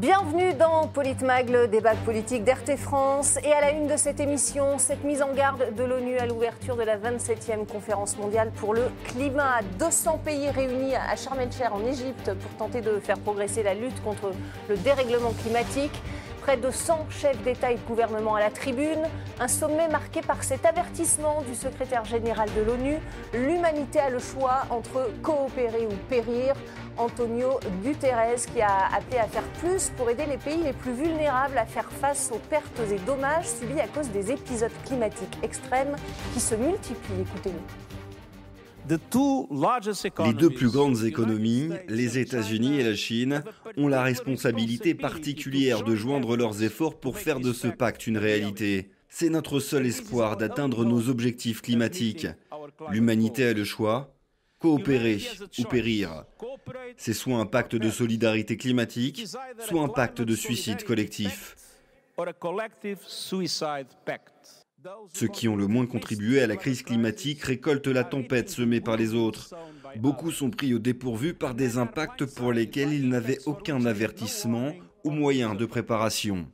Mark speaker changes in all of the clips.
Speaker 1: Bienvenue dans Politmag, le débat politique d'RT France. Et à la une de cette émission, cette mise en garde de l'ONU à l'ouverture de la 27e conférence mondiale pour le climat. 200 pays réunis à Sharm el-Sheikh en Égypte pour tenter de faire progresser la lutte contre le dérèglement climatique. Près de 100 chefs d'État et de gouvernement à la tribune. Un sommet marqué par cet avertissement du secrétaire général de l'ONU. L'humanité a le choix entre coopérer ou périr. Antonio Guterres qui a appelé à faire plus pour aider les pays les plus vulnérables à faire face aux pertes et dommages subis à cause des épisodes climatiques extrêmes qui se multiplient. Écoutez-nous.
Speaker 2: Les deux plus grandes économies, les États-Unis et la Chine, ont la responsabilité particulière de joindre leurs efforts pour faire de ce pacte une réalité. C'est notre seul espoir d'atteindre nos objectifs climatiques. L'humanité a le choix, coopérer ou périr. C'est soit un pacte de solidarité climatique, soit un pacte de suicide collectif. Ceux qui ont le moins contribué à la crise climatique récoltent la tempête semée par les autres. Beaucoup sont pris au dépourvu par des impacts pour lesquels ils n'avaient aucun avertissement ou moyen de préparation.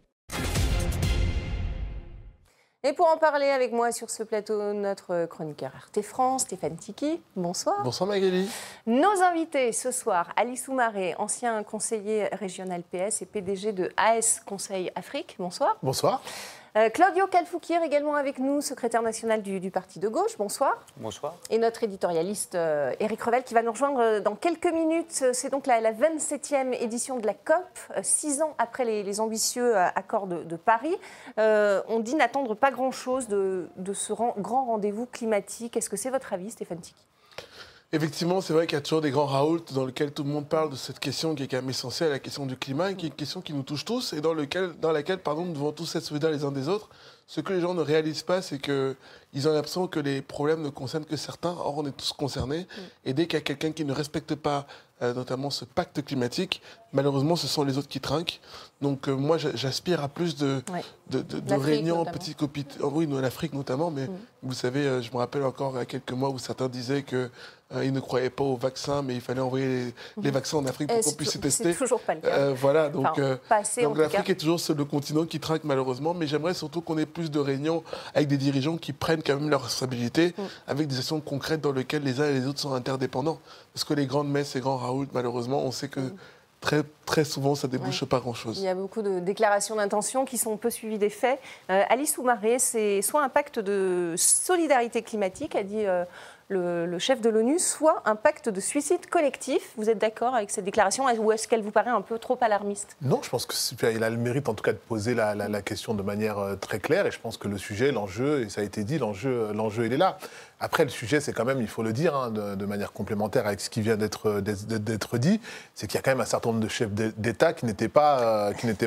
Speaker 1: Et pour en parler avec moi sur ce plateau, notre chroniqueur RT France, Stéphane Tiki. Bonsoir.
Speaker 3: Bonsoir Magali.
Speaker 1: Nos invités ce soir, Ali Soumaré, ancien conseiller régional PS et PDG de AS Conseil Afrique. Bonsoir.
Speaker 3: Bonsoir.
Speaker 1: Claudio Calfouquir, également avec nous, secrétaire national du Parti de gauche. Bonsoir.
Speaker 4: Bonsoir.
Speaker 1: Et notre éditorialiste Éric Revel qui va nous rejoindre dans quelques minutes. C'est donc la 27e édition de la COP, 6 ans après les ambitieux accords de Paris. On dit n'attendre pas grand-chose de ce grand rendez-vous climatique. Est-ce que c'est votre avis, Stéphane Tiki ?
Speaker 3: Effectivement, c'est vrai qu'il y a toujours des grands raouts dans lesquels tout le monde parle de cette question qui est quand même essentielle, la question du climat, qui est une question qui nous touche tous et dans laquelle nous devons tous être solidaires les uns des autres. Ce que les gens ne réalisent pas, c'est qu'ils ont l'impression que les problèmes ne concernent que certains. Or, on est tous concernés. Et dès qu'il y a quelqu'un qui ne respecte pas notamment ce pacte climatique, malheureusement, ce sont les autres qui trinquent. Donc moi, j'aspire à plus de réunions, petites copies. Oui, nous, en Afrique notamment, mais vous savez, je me rappelle encore il y a quelques mois où certains disaient qu'ils ne croyaient pas aux vaccins, mais il fallait envoyer les vaccins en Afrique pour qu'on puisse se tester.
Speaker 1: C'est toujours pas le cas.
Speaker 3: Voilà, donc,
Speaker 1: donc
Speaker 3: l'Afrique est toujours le continent qui trinque malheureusement, mais j'aimerais surtout qu'on ait plus de réunions avec des dirigeants qui prennent quand même leurs responsabilités, avec des actions concrètes dans lesquelles les uns et les autres sont interdépendants. Parce que les grandes messes et grands raouts, malheureusement, on sait que très souvent, ça ne débouche pas grand-chose.
Speaker 1: Il y a beaucoup de déclarations d'intention qui sont peu suivies des faits. Ali Soumaré, c'est soit un pacte de solidarité climatique, a dit le chef de l'ONU, soit un pacte de suicide collectif. Vous êtes d'accord avec cette déclaration ou est-ce qu'elle vous paraît un peu trop alarmiste ?
Speaker 5: Non, je pense qu'il a le mérite en tout cas de poser la question de manière très claire et je pense que le sujet, l'enjeu, et ça a été dit, l'enjeu il est là. Après, le sujet, c'est quand même, il faut le dire, de manière complémentaire avec ce qui vient d'être dit, c'est qu'il y a quand même un certain nombre de chefs d'État qui n'étaient pas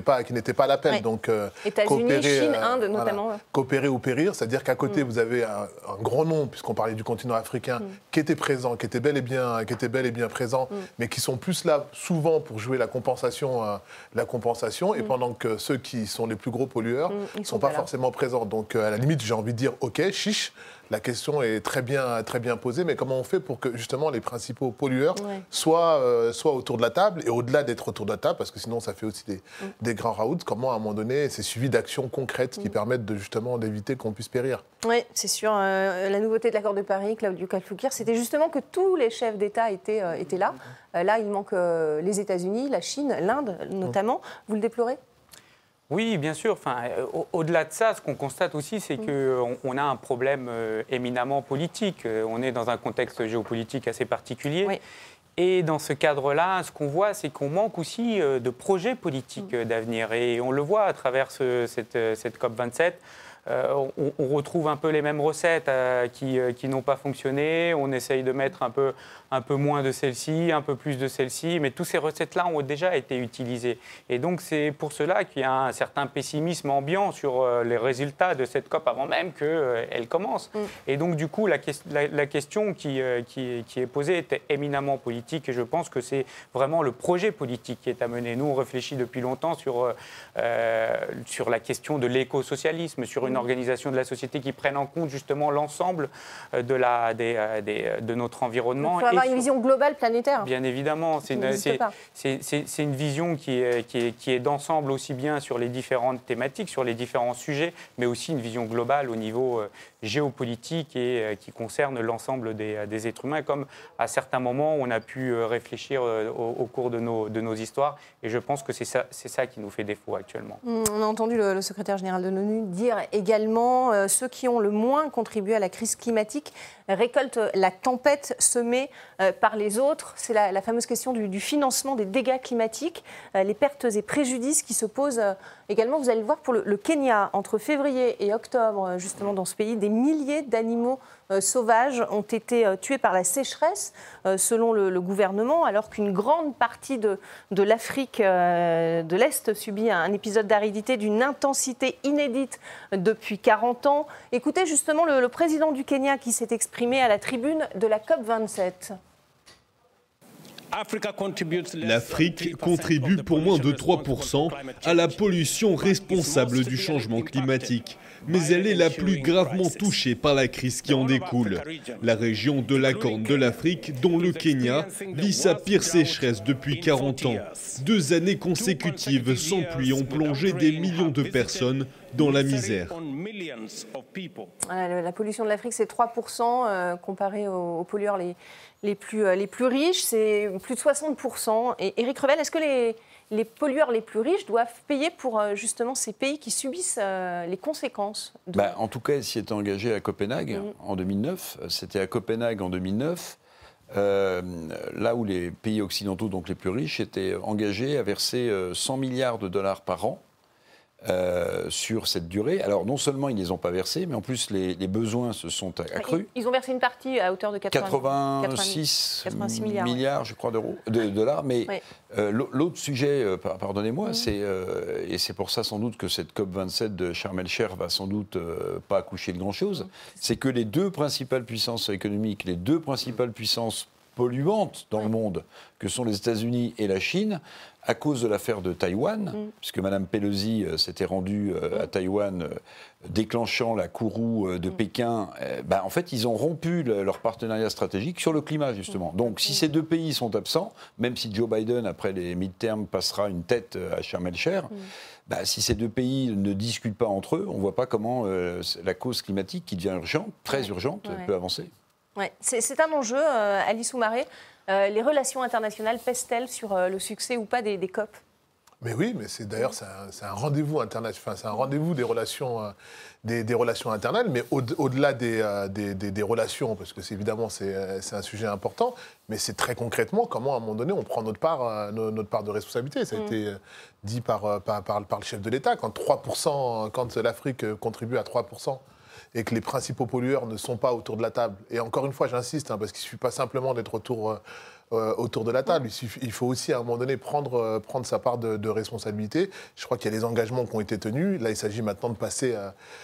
Speaker 5: à l'appel.
Speaker 1: Ouais.
Speaker 5: Donc,
Speaker 1: États-Unis, Chine, Inde notamment.
Speaker 5: Voilà, coopérer ou périr, c'est-à-dire qu'à côté, vous avez un grand nombre, puisqu'on parlait du continent africain, qui était présent, qui était bel et bien présent, mais qui sont plus là souvent pour jouer la compensation, et pendant que ceux qui sont les plus gros pollueurs ne sont pas forcément présents. Donc, à la limite, j'ai envie de dire, OK, chiche. La question est très bien posée, mais comment on fait pour que justement les principaux pollueurs soient autour de la table et au-delà d'être autour de la table, parce que sinon ça fait aussi des grands raouts, comment à un moment donné c'est suivi d'actions concrètes qui permettent justement d'éviter qu'on puisse périr.
Speaker 1: Oui, c'est sûr. La nouveauté de l'accord de Paris, Claudio Calfouquir, c'était justement que tous les chefs d'État étaient là. Là, il manque les États-Unis, la Chine, l'Inde notamment. Vous le déplorez ?
Speaker 4: Oui, bien sûr. Enfin, au-delà de ça, ce qu'on constate aussi, c'est qu'on a un problème éminemment politique. On est dans un contexte géopolitique assez particulier. Oui. Et dans ce cadre-là, ce qu'on voit, c'est qu'on manque aussi de projets politiques d'avenir. Et on le voit à travers cette COP27. On retrouve un peu les mêmes recettes qui n'ont pas fonctionné. On essaye de mettre un peu moins de celles-ci, un peu plus de celles-ci. Mais toutes ces recettes-là ont déjà été utilisées. Et donc, c'est pour cela qu'il y a un certain pessimisme ambiant sur les résultats de cette COP avant même qu'elle commence. Et donc, du coup, la question qui est posée est éminemment politique. Et je pense que c'est vraiment le projet politique qui est à mener. Nous, on réfléchit depuis longtemps sur la question de l'écosocialisme, sur une une organisation de la société qui prenne en compte justement l'ensemble de notre environnement.
Speaker 1: Il faut avoir une vision globale planétaire.
Speaker 4: Bien évidemment, c'est une vision qui est d'ensemble aussi bien sur les différentes thématiques, sur les différents sujets, mais aussi une vision globale au niveau géopolitique et qui concerne l'ensemble des êtres humains, comme à certains moments on a pu réfléchir au cours de nos histoires. Et je pense que c'est ça qui nous fait défaut actuellement.
Speaker 1: On a entendu le secrétaire général de l'ONU dire également ceux qui ont le moins contribué à la crise climatique récoltent la tempête semée par les autres. C'est la fameuse question du financement des dégâts climatiques, les pertes et préjudices qui se posent également, vous allez le voir, pour le Kenya. Entre février et octobre, justement, dans ce pays, des milliers d'animaux sauvages ont été tués par la sécheresse, selon le gouvernement, alors qu'une grande partie de l'Afrique de l'Est subit un épisode d'aridité d'une intensité inédite depuis 40 ans. Écoutez justement le président du Kenya qui s'est exprimé à la tribune de la COP27.
Speaker 6: L'Afrique contribue pour moins de 3% à la pollution responsable du changement climatique. Mais elle est la plus gravement touchée par la crise qui en découle. La région de la Corne de l'Afrique, dont le Kenya, vit sa pire sécheresse depuis 40 ans. 2 années consécutives sans pluie ont plongé des millions de personnes dans la misère.
Speaker 1: La pollution de l'Afrique, c'est 3% comparé aux pollueurs les plus riches, c'est plus de 60%. Et Éric Revel, est-ce que les pollueurs les plus riches doivent payer pour justement ces pays qui subissent les conséquences
Speaker 7: En tout cas, elle s'y était engagée à Copenhague en 2009. C'était à Copenhague en 2009, là où les pays occidentaux, donc les plus riches, étaient engagés à verser 100 milliards de dollars par an sur cette durée. Alors non seulement ils ne les ont pas versés, mais en plus les besoins se sont accrus.
Speaker 1: Ils ont versé une partie à hauteur de
Speaker 7: 86 milliards, je crois, de dollars. Mais l'autre sujet, pardonnez-moi, et c'est pour ça sans doute que cette COP27 de Sharm el-Sheikh va sans doute pas accoucher de grand-chose, c'est que les 2 principales puissances économiques, les 2 principales puissances polluantes dans le monde, que sont les États-Unis et la Chine, à cause de l'affaire de Taïwan, puisque Mme Pelosi s'était rendue à Taïwan, déclenchant la courroux de Pékin, en fait, ils ont rompu leur partenariat stratégique sur le climat, justement. Donc, si ces 2 pays sont absents, même si Joe Biden, après les mid-terms, passera une tête à Sharm el-Sheikh, si ces 2 pays ne discutent pas entre eux, on ne voit pas comment la cause climatique, qui devient urgente, très urgente, peut avancer.
Speaker 1: Ouais. C'est un enjeu, Alice Soumaré. Les relations internationales pèsent-elles sur le succès ou pas des COP ?
Speaker 5: Mais oui, mais c'est un rendez-vous international, c'est un rendez-vous des relations internationales, mais au-delà des relations, parce que évidemment c'est un sujet important, mais c'est très concrètement comment à un moment donné on prend notre part de responsabilité. Ça a été dit par le chef de l'État, quand l'Afrique contribue à 3%. Et que les principaux pollueurs ne sont pas autour de la table. Et encore une fois, j'insiste, parce qu'il ne suffit pas simplement d'être autour de la table. Il faut aussi, à un moment donné, prendre sa part de responsabilité. Je crois qu'il y a des engagements qui ont été tenus. Là, il s'agit maintenant de passer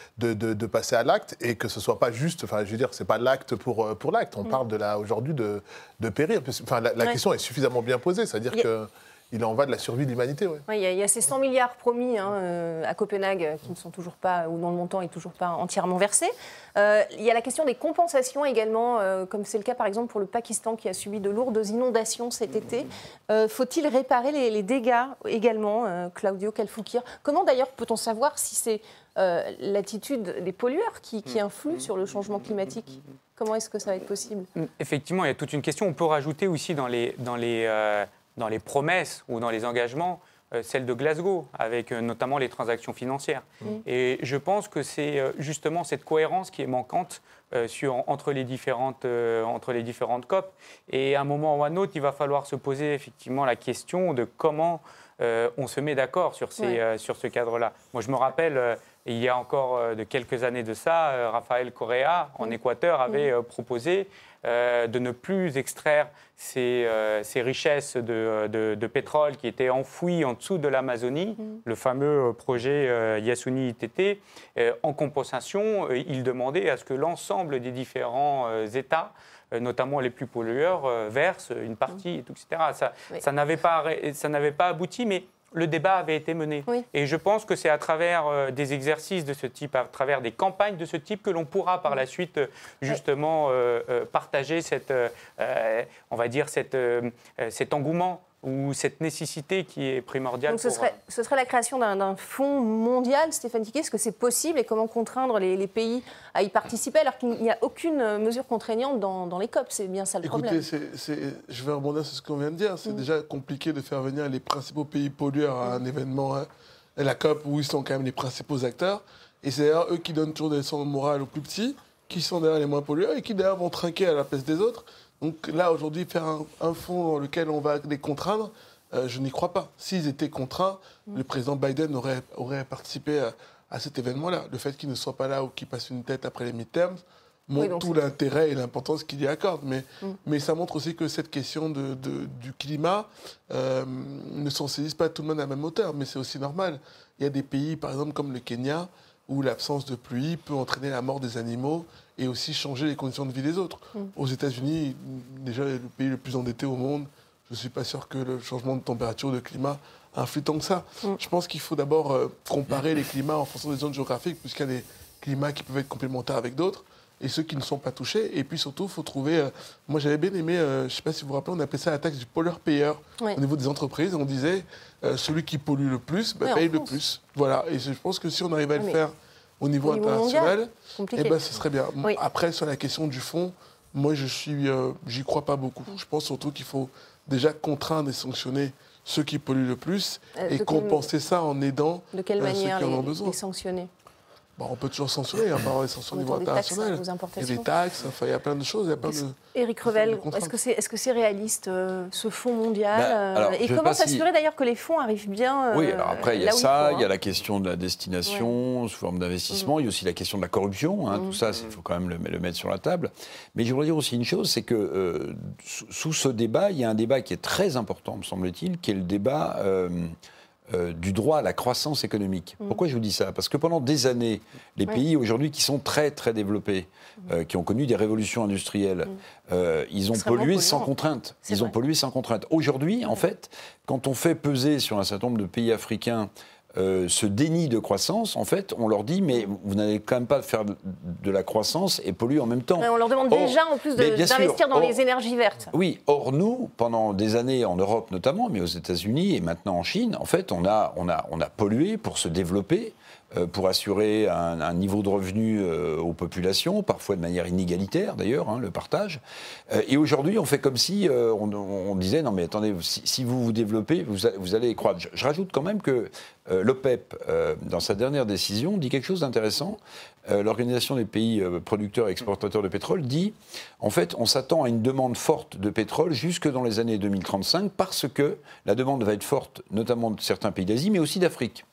Speaker 5: à l'acte et que ce ne soit pas juste... Enfin, je veux dire, ce n'est pas l'acte pour l'acte. On parle aujourd'hui de périr. Enfin, la question est suffisamment bien posée. C'est-à-dire que... Il en va de la survie de l'humanité.
Speaker 1: Il y a ces 100 milliards promis à Copenhague qui ne sont toujours pas, ou dont le montant n'est toujours pas entièrement versé. Il y a la question des compensations également, comme c'est le cas par exemple pour le Pakistan qui a subi de lourdes inondations cet été. Faut-il réparer les dégâts également, Claudio Kalfoukir ? Comment d'ailleurs peut-on savoir si c'est l'attitude des pollueurs qui influe sur le changement climatique ? Comment est-ce que ça va être possible ?
Speaker 4: Effectivement, il y a toute une question. On peut rajouter aussi dans les promesses ou dans les engagements, celle de Glasgow, avec notamment les transactions financières. Et je pense que c'est justement cette cohérence qui est manquante entre les différentes COP. Et à un moment ou à un autre, il va falloir se poser effectivement la question de comment on se met d'accord sur ce cadre-là. Moi, je me rappelle... il y a encore de quelques années de ça, Rafael Correa, en Équateur, avait proposé de ne plus extraire ces richesses de pétrole qui étaient enfouies en dessous de l'Amazonie, le fameux projet Yasuni ITT. En compensation, il demandait à ce que l'ensemble des différents États, notamment les plus pollueurs, versent une partie, etc. Ça n'avait pas abouti, mais le débat avait été mené.
Speaker 1: Oui.
Speaker 4: Et je pense que c'est à travers des exercices de ce type, à travers des campagnes de ce type, que l'on pourra par la suite justement partager on va dire cet engouement ou cette nécessité qui est primordiale.
Speaker 1: Donc ce serait la création d'un fonds mondial, Stéphane Tiquet. Est-ce que c'est possible et comment contraindre les pays à y participer alors qu'il n'y a aucune mesure contraignante dans les COP? C'est bien ça le problème.
Speaker 3: Écoutez, je vais rebondir sur ce qu'on vient de dire. C'est déjà compliqué de faire venir les principaux pays pollueurs à un événement, la COP, où ils sont quand même les principaux acteurs. Et c'est d'ailleurs eux qui donnent toujours des leçons de morale aux plus petits, qui sont d'ailleurs les moins pollueurs et qui d'ailleurs vont trinquer à la place des autres. Donc là, aujourd'hui, faire un fonds dans lequel on va les contraindre, je n'y crois pas. S'ils étaient contraints, le président Biden aurait participé à cet événement-là. Le fait qu'il ne soit pas là ou qu'il passe une tête après les midterms montre tout l'intérêt et l'importance qu'il y accorde. Mais ça montre aussi que cette question du climat ne sensibilise pas tout le monde à la même hauteur. Mais c'est aussi normal. Il y a des pays, par exemple, comme le Kenya, où l'absence de pluie peut entraîner la mort des animaux et aussi changer les conditions de vie des autres. Aux États-Unis, déjà le pays le plus endetté au monde, je ne suis pas sûr que le changement de température, de climat, influe tant que ça. Je pense qu'il faut d'abord comparer les climats en fonction des zones géographiques, puisqu'il y a des climats qui peuvent être complémentaires avec d'autres, et ceux qui ne sont pas touchés. Et puis surtout, il faut trouver... moi, j'avais bien aimé, je ne sais pas si vous vous rappelez, on appelait ça la taxe du pollueur-payeur. Au niveau des entreprises, on disait, celui qui pollue le plus paye le plus. Voilà, et je pense que si on arrive à le faire au niveau international, ce serait bien. Oui. Après, sur la question du fonds, moi, j'y crois pas beaucoup. Je pense surtout qu'il faut déjà contraindre et sanctionner ceux qui polluent le plus et compenser ça en aidant
Speaker 1: ceux qui en ont besoin. Les sanctionner?
Speaker 3: On peut toujours censurer, il y a des sanctions au niveau international. Il y a des taxes, il y a plein de choses.
Speaker 1: Éric Revel, est-ce que c'est réaliste, ce fonds mondial et comment s'assurer d'ailleurs que les fonds arrivent bien
Speaker 7: Oui, alors après, il y a ça, il y a la question de la destination sous forme d'investissement, il y a aussi la question de la corruption, tout ça, il faut quand même le mettre sur la table. Mais je voudrais dire aussi une chose, c'est que sous ce débat, il y a un débat qui est très important, me semble-t-il, qui est le débat... du droit à la croissance économique. Pourquoi je vous dis ça? Parce que pendant des années, les pays aujourd'hui qui sont très très développés, qui ont connu des révolutions industrielles, ils ont pollué sans contrainte. Ils ont pollué sans contrainte. Aujourd'hui, en fait, quand on fait peser sur un certain nombre de pays africains ce déni de croissance, en fait, on leur dit mais vous n'allez quand même pas faire de la croissance et polluer en même temps.
Speaker 1: On leur demande déjà en plus d'investir dans les énergies vertes.
Speaker 7: Oui, or nous, pendant des années en Europe notamment, mais aux États-Unis et maintenant en Chine, en fait, on a pollué pour se développer, pour assurer un niveau de revenu aux populations, parfois de manière inégalitaire d'ailleurs, le partage. Et aujourd'hui, on fait comme si on disait non mais attendez, si vous vous développez, vous allez croître. Je rajoute quand même que l'OPEP, dans sa dernière décision, dit quelque chose d'intéressant. L'Organisation des pays producteurs et exportateurs de pétrole dit, en fait, on s'attend à une demande forte de pétrole jusque dans les années 2035 parce que la demande va être forte, notamment de certains pays d'Asie, mais aussi d'Afrique.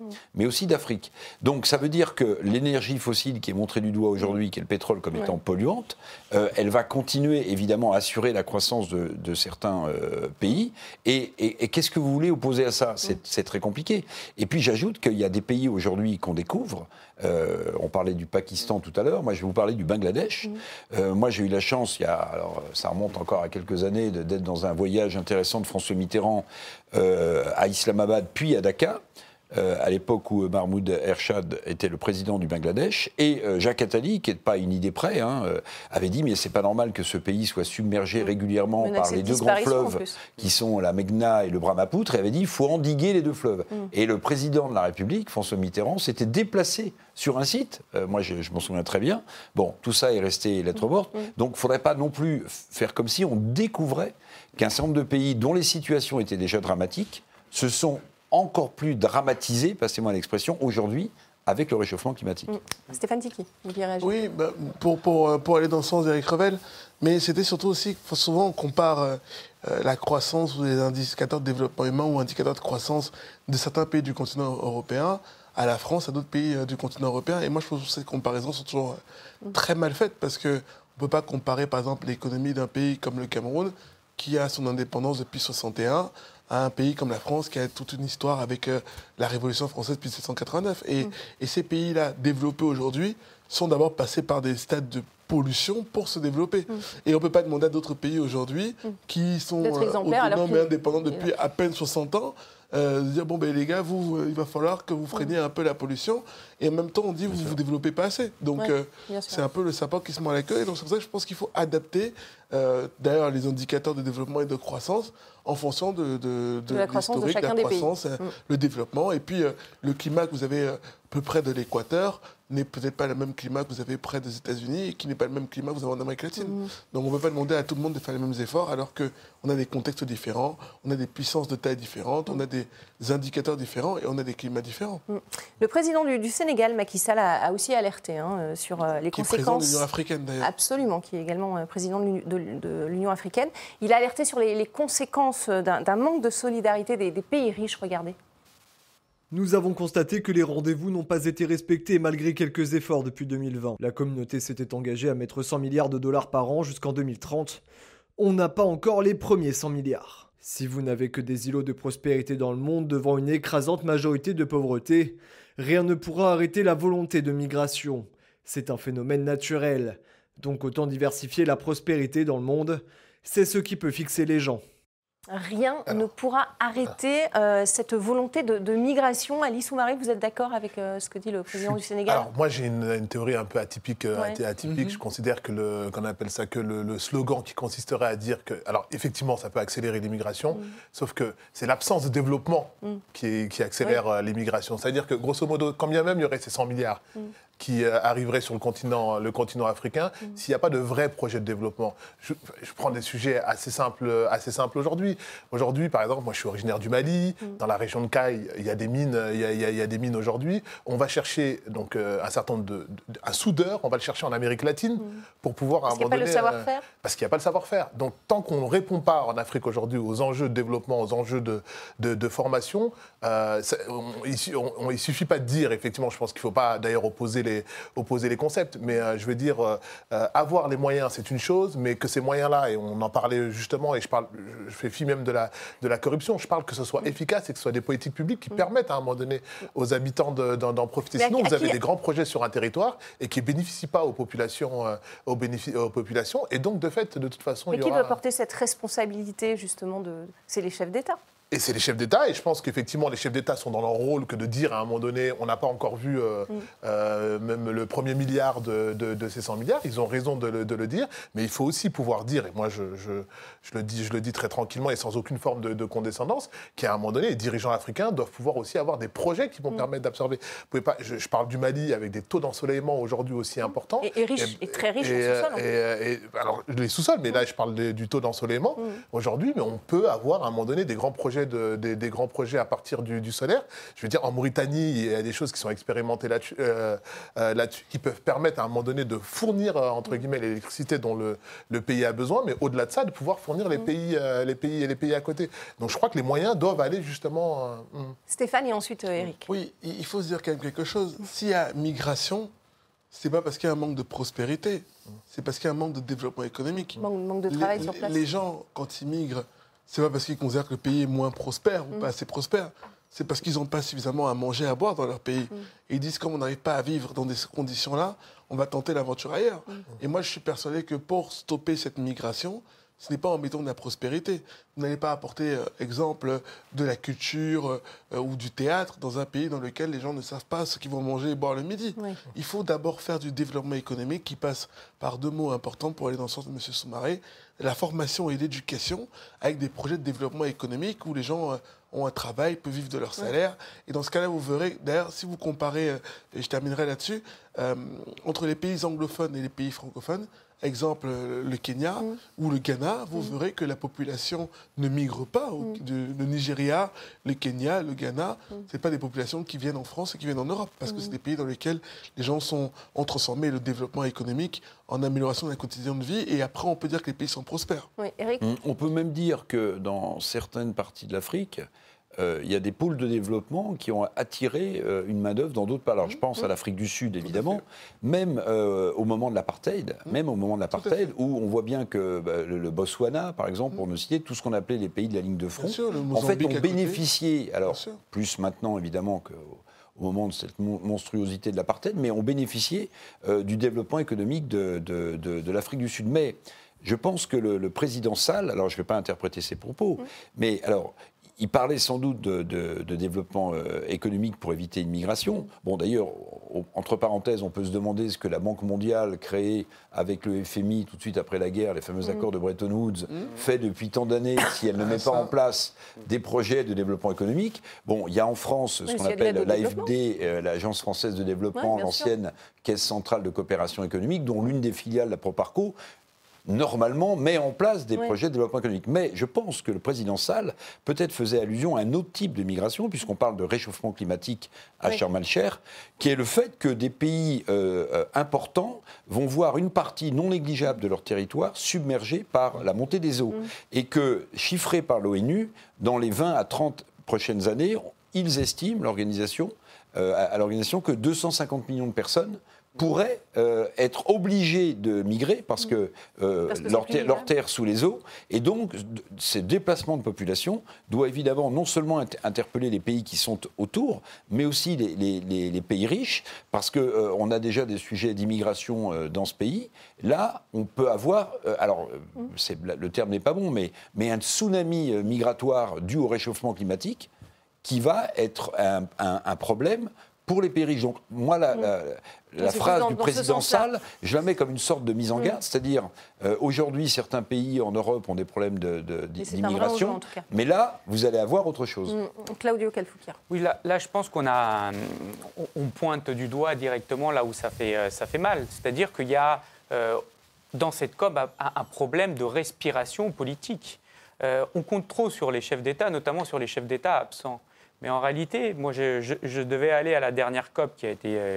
Speaker 7: Donc ça veut dire que l'énergie fossile qui est montrée du doigt aujourd'hui, qui est le pétrole comme étant polluante, elle va continuer évidemment à assurer la croissance de certains pays. Et qu'est-ce que vous voulez opposer à ça? C'est très compliqué. Et puis j'ajoute qu'il y a des pays aujourd'hui qu'on découvre. On parlait du Pakistan tout à l'heure. Moi, je vais vous parler du Bangladesh. Moi, j'ai eu la chance, alors ça remonte encore à quelques années, d'être dans un voyage intéressant de François Mitterrand à Islamabad, puis à Dhaka. À l'époque où Mahmoud Ershad était le président du Bangladesh, et Jacques Attali, qui n'est pas une idée près, avait dit mais c'est pas normal que ce pays soit submergé régulièrement par les deux grands fleuves qui sont la Meghna et le Brahmapoutre, et avait dit il faut endiguer les deux fleuves. Et le président de la République, François Mitterrand, s'était déplacé sur un site, moi je m'en souviens très bien, bon, tout ça est resté lettre morte, donc il ne faudrait pas non plus faire comme si on découvrait qu'un certain nombre de pays dont les situations étaient déjà dramatiques se sont encore plus dramatisé, passez-moi l'expression, aujourd'hui, avec le réchauffement climatique.
Speaker 1: Stéphane Tiquet, vous voulez réagir?
Speaker 3: Oui, pour aller dans le sens d'Éric Revel, mais c'était surtout aussi que souvent on compare la croissance ou les indicateurs de développement humain ou indicateurs de croissance de certains pays du continent européen à la France, à d'autres pays du continent européen. Et moi, je pense que ces comparaisons sont toujours très mal faites parce qu'on ne peut pas comparer, par exemple, l'économie d'un pays comme le Cameroun, qui a son indépendance depuis 1961, à un pays comme la France qui a toute une histoire avec la Révolution française depuis 1789. Et ces pays-là, développés aujourd'hui, sont d'abord passés par des stades de pollution pour se développer. Et on ne peut pas demander à d'autres pays aujourd'hui qui sont autonomes et indépendants depuis à peine 60 ans de dire, bon, ben les gars, il va falloir que vous freiniez un peu la pollution. Et en même temps, on dit, vous ne vous développez pas assez. Donc, c'est un peu le sapin qui se mord la queue. Et donc, c'est pour ça que je pense qu'il faut adapter, d'ailleurs, les indicateurs de développement et de croissance en fonction de
Speaker 1: la croissance de chacun des pays.
Speaker 3: Le développement. Et puis, le climat que vous avez peu près de l'équateur n'est peut-être pas le même climat que vous avez près des États-Unis et qui n'est pas le même climat que vous avez en Amérique latine. Donc, on ne peut pas demander à tout le monde de faire les mêmes efforts alors qu'on a des contextes différents, on a des puissances de taille différentes, on a des indicateurs différents et on a des climats différents.
Speaker 1: Le président du Sénégal, Macky Sall, a aussi alerté sur les conséquences.
Speaker 3: Qui est président de l'Union africaine, d'ailleurs.
Speaker 1: Absolument, qui est également président de l'Union africaine. Il a alerté sur les conséquences d'un manque de solidarité des pays riches. Regardez.
Speaker 8: Nous avons constaté que les rendez-vous n'ont pas été respectés malgré quelques efforts depuis 2020. La communauté s'était engagée à mettre 100 milliards de dollars par an jusqu'en 2030. On n'a pas encore les premiers 100 milliards. Si vous n'avez que des îlots de prospérité dans le monde devant une écrasante majorité de pauvreté, rien ne pourra arrêter la volonté de migration. C'est un phénomène naturel. Donc autant diversifier la prospérité dans le monde, c'est ce qui peut fixer les gens.
Speaker 1: Rien ne pourra arrêter cette volonté de migration. Ali Soumaré, vous êtes d'accord avec ce que dit le président du Sénégal ?
Speaker 5: Alors, moi, j'ai une théorie un peu atypique. Je considère que qu'on appelle ça que le slogan qui consisterait à dire que... Alors, effectivement, ça peut accélérer l'immigration, sauf que c'est l'absence de développement qui accélère l'immigration. C'est-à-dire que, grosso modo, quand bien même il y aurait ces 100 milliards qui arriveraient sur le continent africain, s'il n'y a pas de vrai projet de développement. Je prends des sujets assez simples aujourd'hui. Aujourd'hui, par exemple, moi je suis originaire du Mali, dans la région de Caille, il y a des mines, il y a des mines aujourd'hui. On va chercher donc un certain nombre un soudeur, on va le chercher en Amérique latine pour pouvoir à un moment donné.
Speaker 1: Parce qu'il n'y a pas le savoir-faire.
Speaker 5: Parce qu'il n'y a pas le savoir-faire. Donc tant qu'on ne répond pas en Afrique aujourd'hui aux enjeux de développement, aux enjeux de formation, il ne suffit pas de dire, effectivement, je pense qu'il ne faut pas d'ailleurs opposer les concepts, mais je veux dire, avoir les moyens, c'est une chose, mais que ces moyens-là, et on en parlait justement, et je fais fi même de la corruption, je parle que ce soit efficace et que ce soit des politiques publiques qui permettent à un moment donné aux habitants d'en profiter. Sinon, vous avez des grands projets sur un territoire et qui ne bénéficient pas aux populations, et donc de fait, de toute façon,
Speaker 1: mais qui doit porter cette responsabilité, justement, c'est les chefs d'État.
Speaker 5: Et c'est les chefs d'État, et je pense qu'effectivement, les chefs d'État sont dans leur rôle que de dire à un moment donné, on n'a pas encore vu même le premier milliard de ces 100 milliards, ils ont raison de le dire, mais il faut aussi pouvoir dire, et moi je le dis très tranquillement et sans aucune forme de condescendance, qu'à un moment donné, les dirigeants africains doivent pouvoir aussi avoir des projets qui vont permettre d'absorber. Vous pouvez pas, je parle du Mali avec des taux d'ensoleillement aujourd'hui aussi importants.
Speaker 1: Et riches, et très riches en sous-sol.
Speaker 5: Alors, les sous-sols, mais là je parle du taux d'ensoleillement aujourd'hui, mais on peut avoir à un moment donné des grands projets des grands projets à partir du solaire. Je veux dire, en Mauritanie, il y a des choses qui sont expérimentées là-dessus, qui peuvent permettre à un moment donné de fournir, entre guillemets, l'électricité dont le pays a besoin, mais au-delà de ça, de pouvoir fournir les pays à côté. Donc je crois que les moyens doivent aller justement...
Speaker 1: Stéphane et ensuite Eric.
Speaker 3: Oui, il faut se dire quand même quelque chose. S'il y a migration, c'est pas parce qu'il y a un manque de prospérité, c'est parce qu'il y a un manque de développement économique.
Speaker 1: Manque de travail sur place.
Speaker 3: Les gens, quand ils migrent, c'est pas parce qu'ils considèrent que le pays est moins prospère ou pas assez prospère. C'est parce qu'ils n'ont pas suffisamment à manger, à boire dans leur pays. Et ils disent, comme on n'arrive pas à vivre dans ces conditions-là, on va tenter l'aventure ailleurs. Et moi, je suis persuadé que pour stopper cette migration, ce n'est pas en mettant de la prospérité. Vous n'allez pas apporter, exemple, de la culture ou du théâtre dans un pays dans lequel les gens ne savent pas ce qu'ils vont manger et boire le midi. Oui. Il faut d'abord faire du développement économique qui passe par deux mots importants pour aller dans le sens de M. Soumaré, la formation et l'éducation, avec des projets de développement économique où les gens ont un travail, peuvent vivre de leur salaire. Et dans ce cas-là, vous verrez, d'ailleurs, si vous comparez, et je terminerai là-dessus, entre les pays anglophones et les pays francophones, exemple le Kenya ou le Ghana, vous verrez que la population ne migre pas. Le Nigeria, le Kenya, le Ghana, ce n'est pas des populations qui viennent en France et qui viennent en Europe, parce que c'est des pays dans lesquels les gens ont transformé le développement économique en amélioration de la quotidien de vie, et après on peut dire que les pays sont prospères.
Speaker 1: Oui, Eric ?
Speaker 7: On peut même dire que dans certaines parties de l'Afrique, il y a des pôles de développement qui ont attiré une main-d'œuvre dans d'autres pays. Alors, je pense à l'Afrique du Sud, évidemment, même au moment de l'apartheid, où on voit bien que le Botswana, par exemple, pour ne citer, tout ce qu'on appelait les pays de la ligne de front, en fait, ont bénéficié, alors plus maintenant, évidemment, au moment de cette monstruosité de l'apartheid, mais ont bénéficié du développement économique de l'Afrique du Sud. Mais Je pense que le président Sall, alors je ne vais pas interpréter ses propos, mais alors, il parlait sans doute de développement économique pour éviter une migration. Bon, d'ailleurs, entre parenthèses, on peut se demander ce que la Banque mondiale, créée avec le FMI tout de suite après la guerre, les fameux accords de Bretton Woods, fait depuis tant d'années si elle ne met pas en place des projets de développement économique. Bon, il y a en France ce qu'on appelle l'AFD, l'Agence française de développement, l'ancienne Caisse centrale de coopération économique, dont l'une des filiales, la Proparco, normalement, met en place des projets de développement économique. Mais je pense que le président Sall peut-être faisait allusion à un autre type de migration, puisqu'on parle de réchauffement climatique à Sharm el-Sheikh, qui est le fait que des pays importants vont voir une partie non négligeable de leur territoire submergée par la montée des eaux. Et que, chiffré par l'ONU, dans les 20 à 30 prochaines années, ils estiment, à l'organisation, que 250 millions de personnes pourraient être obligés de migrer parce que leur terre sous les eaux. Et donc, ces déplacements de population doivent évidemment non seulement interpeller les pays qui sont autour, mais aussi les pays riches, parce qu'on a déjà des sujets d'immigration dans ce pays. Là, on peut avoir, le terme n'est pas bon, mais un tsunami migratoire dû au réchauffement climatique qui va être un problème pour les pays riches. Donc, moi, la phrase du président Sall, je la mets comme une sorte de mise en garde, c'est-à-dire, aujourd'hui, certains pays en Europe ont des problèmes d'immigration, mais là, vous allez avoir autre chose.
Speaker 1: Claudio Calfucchia.
Speaker 4: Oui, là, je pense qu'on pointe du doigt directement là où ça fait mal. C'est-à-dire qu'il y a, dans cette COP, un problème de respiration politique. On compte trop sur les chefs d'État, notamment sur les chefs d'État absents. Mais en réalité, moi, je devais aller à la dernière COP qui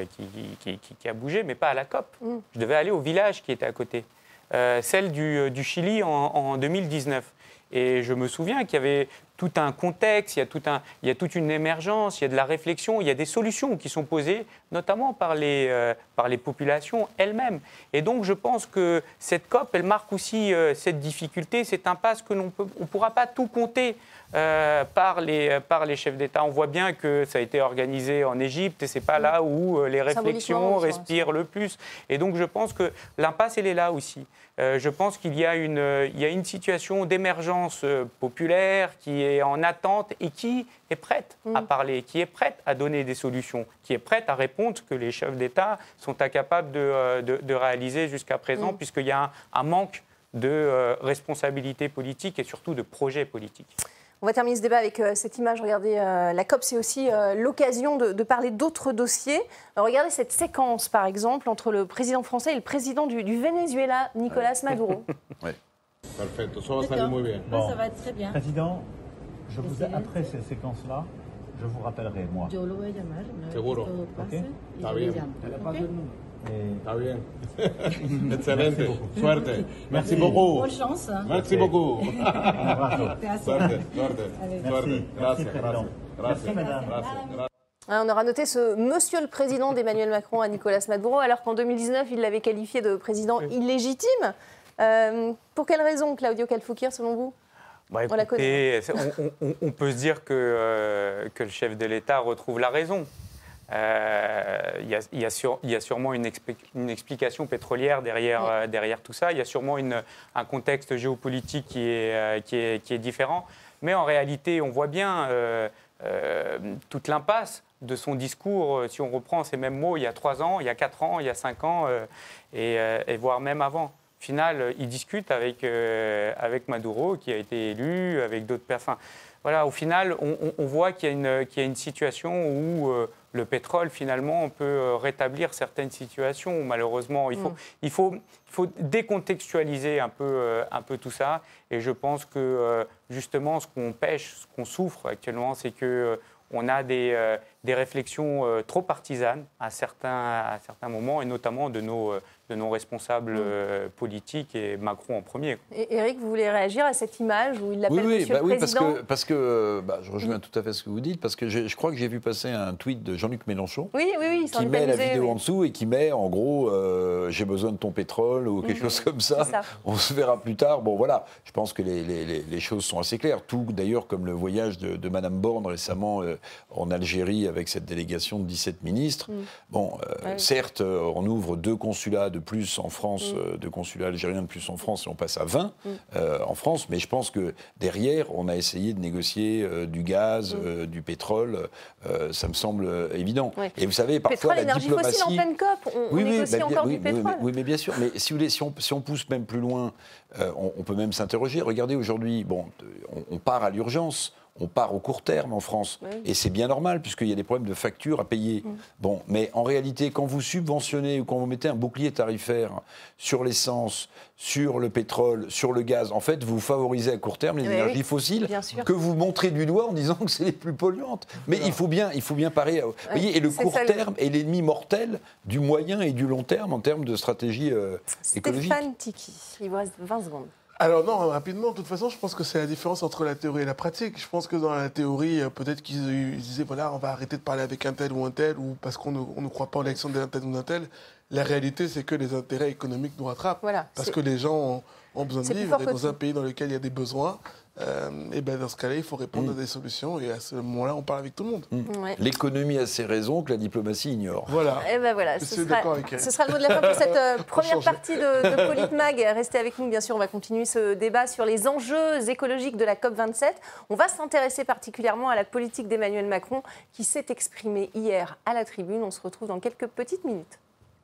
Speaker 4: a bougé, mais pas à la COP. Je devais aller au village qui était à côté, celle du Chili en 2019. Et je me souviens qu'il y avait tout un contexte, il y a toute une émergence, il y a de la réflexion, il y a des solutions qui sont posées, notamment par les populations elles-mêmes. Et donc, je pense que cette COP, elle marque aussi cette difficulté, cette impasse que on ne pourra pas tout compter par les chefs d'État. On voit bien que ça a été organisé en Égypte et ce n'est pas là où les réflexions respirent le plus. Et donc, je pense que l'impasse, elle est là aussi. Je pense qu'il y a une situation d'émergence populaire qui est en attente et qui est prête à parler, qui est prête à donner des solutions, qui est prête à répondre ce que les chefs d'État sont incapables de réaliser jusqu'à présent, puisqu'il y a un manque de responsabilité politique et surtout de projet politique.
Speaker 1: On va terminer ce débat avec cette image. Regardez, la COP, c'est aussi l'occasion de parler d'autres dossiers. Alors, regardez cette séquence, par exemple, entre le président français et le président du Venezuela, Nicolás Maduro.
Speaker 9: Oui. Perfecto, ça va salir muy bien.
Speaker 10: Bon. Ça va être très bien.
Speaker 9: Président, après ces séquences-là, je vous rappellerai, moi.
Speaker 10: Yo lo voy a llamar.
Speaker 9: Seguro.
Speaker 10: Okay.
Speaker 9: Está bien. Está bien. Excelente. Suerte. Merci beaucoup.
Speaker 10: Bonne chance.
Speaker 9: Merci beaucoup.
Speaker 10: Un abrazo.
Speaker 9: Suerte. Gracias.
Speaker 10: Merci, madame.
Speaker 1: On aura noté ce monsieur le président d'Emmanuel Macron à Nicolás Maduro, alors qu'en 2019, il l'avait qualifié de président illégitime. Pour quelle raison, Claudio Calfucchia, selon vous?
Speaker 4: Écoutez, on peut se dire que le chef de l'État retrouve la raison. Il y a sûrement une explication pétrolière derrière tout ça. Il y a sûrement un contexte géopolitique qui est différent. Mais en réalité, on voit bien toute l'impasse de son discours, si on reprend ces mêmes mots, il y a 3 ans, il y a 4 ans, il y a 5 ans, et voire même avant. Au final, il discute avec Maduro, qui a été élu, avec d'autres personnes. Voilà, au final, on voit qu'il y a une situation où le pétrole, finalement, on peut rétablir certaines situations où, malheureusement, il faut décontextualiser un peu tout ça. Et je pense que, justement, ce qu'on pêche, ce qu'on souffre actuellement, c'est qu'on a des réflexions trop partisanes à certains moments, et notamment de nos responsables politiques, et Macron en premier.
Speaker 1: Et Éric, vous voulez réagir à cette image où il l'appelle Monsieur le Président?
Speaker 7: Oui, parce que je rejoins tout à fait ce que vous dites, parce que je crois que j'ai vu passer un tweet de Jean-Luc Mélenchon qui met la vidéo en dessous et qui met, en gros, j'ai besoin de ton pétrole ou quelque chose comme ça. On se verra plus tard. Bon, voilà, je pense que les choses sont assez claires. Tout, d'ailleurs, comme le voyage de Madame Borne récemment en Algérie avec cette délégation de 17 ministres. Bon, certes, on ouvre 2 consulats de plus en France, 2 consulats algériens de plus en France, et on passe à 20 en France, mais je pense que derrière, on a essayé de négocier du gaz, du pétrole, ça me semble évident.
Speaker 1: Ouais.
Speaker 7: Et vous savez, parfois la diplomatie...
Speaker 1: Pétrole, énergie fossile en pleine COP, on négocie encore du pétrole.
Speaker 7: Oui, mais bien sûr, mais si vous voulez, si on pousse même plus loin, on peut même s'interroger. Regardez, aujourd'hui, bon, on part à l'urgence. On part au court terme en France. Oui. Et c'est bien normal, puisqu'il y a des problèmes de factures à payer. Bon, mais en réalité, quand vous subventionnez ou quand vous mettez un bouclier tarifaire sur l'essence, sur le pétrole, sur le gaz, en fait, vous favorisez à court terme les énergies fossiles que vous montrez du doigt en disant que c'est les plus polluantes. Mais il faut bien parer. Vous voyez, et le court terme est l'ennemi mortel du moyen et du long terme en termes de stratégie écologique.
Speaker 1: Stéphane Tiki, il vous reste 20 secondes.
Speaker 3: Alors non, rapidement, de toute façon, je pense que c'est la différence entre la théorie et la pratique. Je pense que dans la théorie, peut-être qu'ils disaient, voilà, on va arrêter de parler avec un tel, ou parce qu'on ne croit pas en l'élection d'un tel ou d'un tel. La réalité, c'est que les intérêts économiques nous rattrapent. Voilà, parce que les gens ont besoin de vivre, et dans un pays dans lequel il y a des besoins, et ben dans ce cas-là, il faut répondre à des solutions, et à ce moment-là, on parle avec tout le monde.
Speaker 1: Ouais.
Speaker 7: L'économie a ses raisons que la diplomatie ignore.
Speaker 3: Voilà.
Speaker 1: Et ben voilà, ce sera le mot de la fin pour cette première partie de Politmag. Restez avec nous, bien sûr, on va continuer ce débat sur les enjeux écologiques de la COP27. On va s'intéresser particulièrement à la politique d'Emmanuel Macron qui s'est exprimé hier à la tribune. On se retrouve dans quelques petites minutes.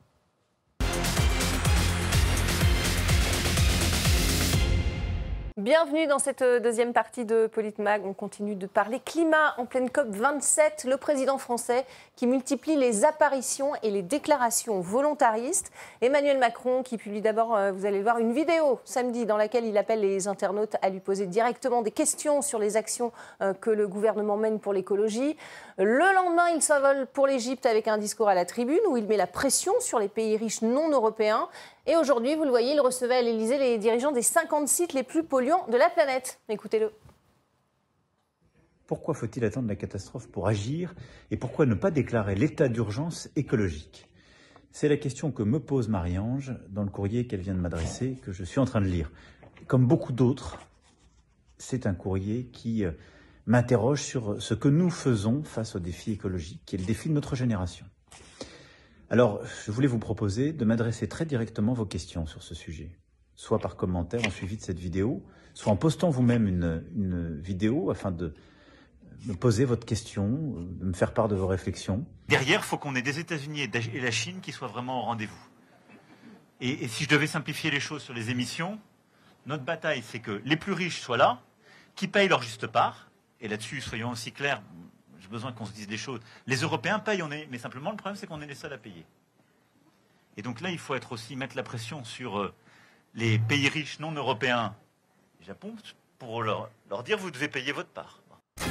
Speaker 1: Bienvenue dans cette deuxième partie de Politmag. On continue de parler climat en pleine COP27. Le président français qui multiplie les apparitions et les déclarations volontaristes. Emmanuel Macron qui publie d'abord, vous allez le voir, une vidéo samedi dans laquelle il appelle les internautes à lui poser directement des questions sur les actions que le gouvernement mène pour l'écologie. Le lendemain, il s'envole pour l'Égypte avec un discours à la tribune où il met la pression sur les pays riches non européens. Et aujourd'hui, vous le voyez, il recevait à l'Élysée les dirigeants des 50 sites les plus polluants de la planète. Écoutez-le.
Speaker 9: Pourquoi faut-il attendre la catastrophe pour agir et pourquoi ne pas déclarer l'état d'urgence écologique? C'est la question que me pose Marie-Ange dans le courrier qu'elle vient de m'adresser, que je suis en train de lire. Comme beaucoup d'autres, c'est un courrier qui m'interroge sur ce que nous faisons face au défi écologique, qui est le défi de notre génération. Alors, je voulais vous proposer de m'adresser très directement vos questions sur ce sujet, soit par commentaire en suivi de cette vidéo, soit en postant vous-même une vidéo afin de me poser votre question, de me faire part de vos réflexions.
Speaker 11: Derrière, il faut qu'on ait des États-Unis et la Chine qui soient vraiment au rendez-vous. Et si je devais simplifier les choses sur les émissions, notre bataille, c'est que les plus riches soient là, qui payent leur juste part, et là-dessus, soyons aussi clairs, j'ai besoin qu'on se dise des choses. Les Européens payent, mais simplement le problème, c'est qu'on est les seuls à payer. Et donc là, il faut mettre la pression sur les pays riches non européens, Japon, pour leur dire vous devez payer votre part.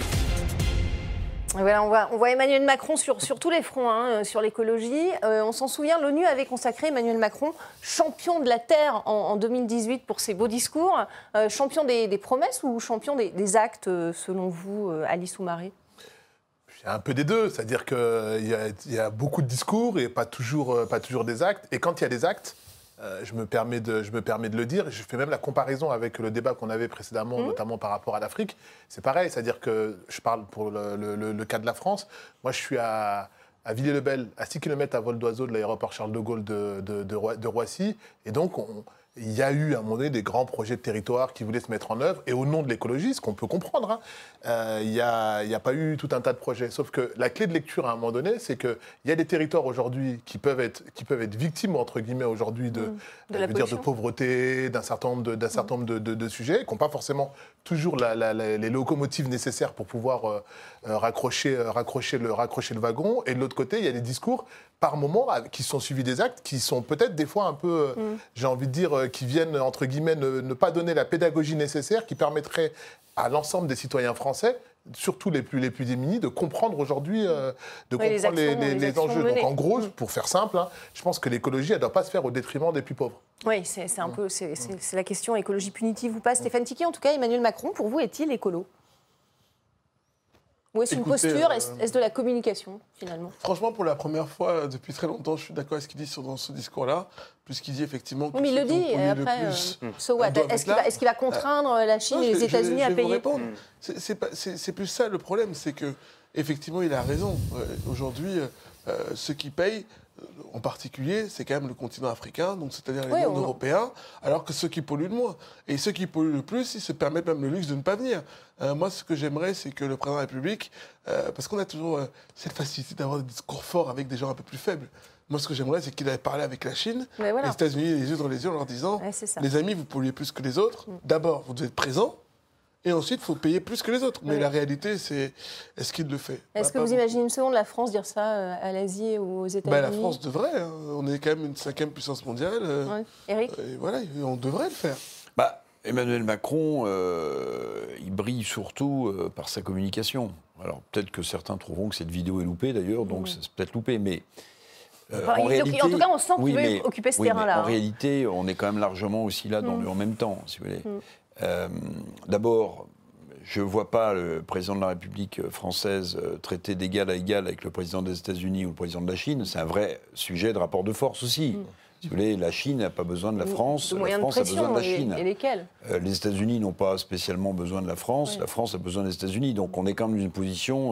Speaker 1: Voilà, on voit Emmanuel Macron sur tous les fronts, sur l'écologie. On s'en souvient, l'ONU avait consacré Emmanuel Macron champion de la Terre en 2018 pour ses beaux discours. Champion des promesses ou champion des actes, selon vous, Alice Soumaré ?
Speaker 5: Il y a un peu des deux, c'est-à-dire qu'il y a beaucoup de discours et pas toujours des actes. Et quand il y a des actes, je me permets de le dire, je fais même la comparaison avec le débat qu'on avait précédemment, notamment par rapport à l'Afrique. C'est pareil, c'est-à-dire que je parle pour le cas de la France. Moi, je suis à Villiers-le-Bel, à 6 km à vol d'oiseau de l'aéroport Charles de Gaulle de Roissy. Et donc, il y a eu à un moment donné des grands projets de territoire qui voulaient se mettre en œuvre. Et au nom de l'écologie, ce qu'on peut comprendre, il n'y a pas eu tout un tas de projets. Sauf que la clé de lecture à un moment donné, c'est qu'il y a des territoires aujourd'hui qui peuvent être victimes, entre guillemets, aujourd'hui de pauvreté, d'un certain nombre de sujets, qui n'ont pas forcément toujours les locomotives nécessaires pour pouvoir raccrocher le wagon. Et de l'autre côté, il y a des discours par moment, qui sont suivis des actes, qui sont peut-être des fois un peu, j'ai envie de dire, qui viennent, entre guillemets, ne pas donner la pédagogie nécessaire qui permettrait à l'ensemble des citoyens français, surtout les plus démunis, de comprendre aujourd'hui les enjeux. Donc en gros, pour faire simple, je pense que l'écologie, elle ne doit pas se faire au détriment des plus pauvres.
Speaker 1: Oui, c'est la question écologie punitive ou pas. Stéphane Tiki, en tout cas, Emmanuel Macron, pour vous, est-il écolo ? Ou est-ce une posture, est-ce de la communication, finalement ?
Speaker 3: Franchement, pour la première fois depuis très longtemps, je suis d'accord avec ce qu'il dit dans ce discours-là, puisqu'il dit effectivement que...
Speaker 1: Mais il le dit, et après, so what ? Est-ce qu'il va contraindre la Chine et les États-Unis à payer ?
Speaker 3: C'est plus ça le problème, c'est que effectivement, il a raison. Aujourd'hui, ceux qui payent, en particulier, c'est quand même le continent africain, donc c'est-à-dire les non-européens, alors que ceux qui polluent le moins. Et ceux qui polluent le plus, ils se permettent même le luxe de ne pas venir. Moi, ce que j'aimerais, c'est que le président de la République, parce qu'on a toujours cette facilité d'avoir des discours forts avec des gens un peu plus faibles. Moi, ce que j'aimerais, c'est qu'il ait parlé avec la Chine, les États-Unis, les yeux dans les yeux, en leur disant les amis, vous polluez plus que les autres. D'abord, vous devez être présents. Et ensuite, il faut payer plus que les autres. Mais la réalité, c'est est-ce qu'il le fait?
Speaker 1: Est-ce que vous imaginez une seconde la France dire ça à l'Asie ou aux États-Unis?
Speaker 3: La France devrait. Hein. On est quand même une 5e puissance mondiale.
Speaker 1: Éric?
Speaker 3: Voilà, on devrait le faire.
Speaker 7: Emmanuel Macron, il brille surtout par sa communication. Alors peut-être que certains trouveront que cette vidéo est loupée d'ailleurs, donc c'est peut-être loupé, mais...
Speaker 1: en réalité, en tout cas, on sent qu'il veut occuper ce terrain-là.
Speaker 7: En réalité, on est quand même largement aussi là dans le en même temps, si vous voulez. D'abord, je ne vois pas le président de la République française traiter d'égal à égal avec le président des États-Unis ou le président de la Chine. C'est un vrai sujet de rapport de force aussi. Si vous voulez, la Chine n'a pas besoin de la France, la France a besoin de la Chine.
Speaker 1: Et lesquels?
Speaker 7: Les États-Unis n'ont pas spécialement besoin de la France, la France a besoin des États-Unis. Donc on est quand même dans une position,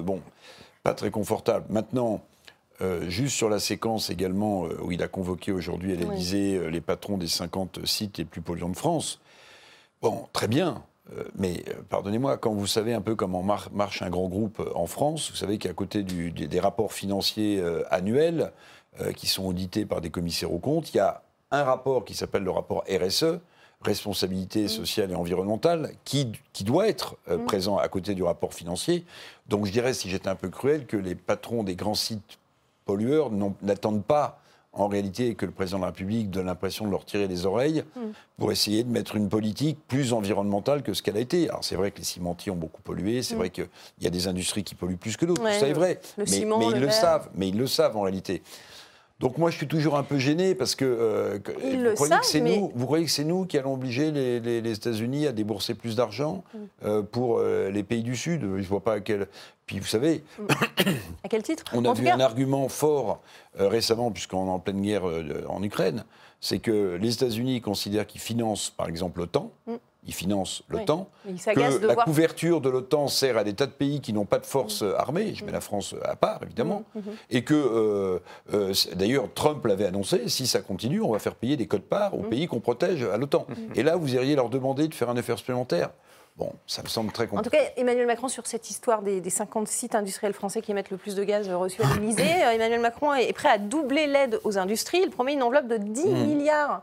Speaker 7: pas très confortable. Maintenant, juste sur la séquence également, où il a convoqué aujourd'hui à l'Élysée les patrons des 50 sites les plus polluants de France. Bon, très bien, mais pardonnez-moi, quand vous savez un peu comment marche un grand groupe en France, vous savez qu'à côté des rapports financiers annuels qui sont audités par des commissaires aux comptes, il y a un rapport qui s'appelle le rapport RSE, responsabilité sociale et environnementale, qui doit être présent à côté du rapport financier. Donc je dirais, si j'étais un peu cruel, que les patrons des grands sites pollueurs n'attendent pas en réalité que le président de la République donne l'impression de leur tirer les oreilles pour essayer de mettre une politique plus environnementale que ce qu'elle a été. Alors c'est vrai que les cimentiers ont beaucoup pollué, c'est vrai qu'il y a des industries qui polluent plus que d'autres, tout ça est vrai, mais ils le savent en réalité. Donc moi je suis toujours un peu gêné parce que vous croyez que c'est nous qui allons obliger les États-Unis à débourser plus d'argent pour les pays du Sud? Je vois pas à quel... Puis vous savez...
Speaker 1: À quel titre?
Speaker 7: On a vu un argument fort récemment, puisqu'on est en pleine guerre en Ukraine, c'est que les États-Unis considèrent qu'ils financent par exemple l'OTAN, ils financent l'OTAN, que la couverture de l'OTAN sert à des tas de pays qui n'ont pas de force armée, je mets la France à part évidemment, et que d'ailleurs Trump l'avait annoncé, si ça continue, on va faire payer des quotes-parts aux pays qu'on protège à l'OTAN. Et là, vous iriez leur demander de faire un effort supplémentaire. Bon, ça me semble très compliqué.
Speaker 1: En tout cas, Emmanuel Macron, sur cette histoire des 50 sites industriels français qui émettent le plus de gaz reçus à l'Élysée, Emmanuel Macron est prêt à doubler l'aide aux industries. Il promet une enveloppe de 10 milliards.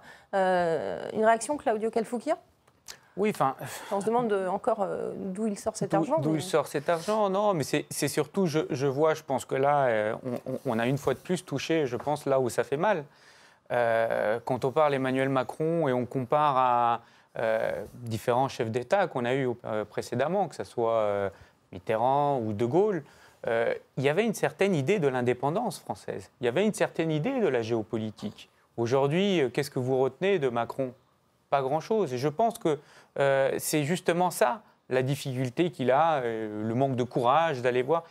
Speaker 1: Une réaction, Claudio Calfucchia?
Speaker 4: Oui, enfin...
Speaker 1: On se demande encore d'où il sort cet argent.
Speaker 4: D'où il sort cet argent? Non, mais c'est surtout, je pense que là, on a une fois de plus touché, je pense, là où ça fait mal. Quand on parle Emmanuel Macron et on compare à différents chefs d'État qu'on a eus précédemment, que ce soit Mitterrand ou De Gaulle, il y avait une certaine idée de l'indépendance française. Il y avait une certaine idée de la géopolitique. Aujourd'hui, qu'est-ce que vous retenez de Macron? Pas grand-chose. Et je pense que c'est justement ça, la difficulté qu'il a, le manque de courage d'aller voir.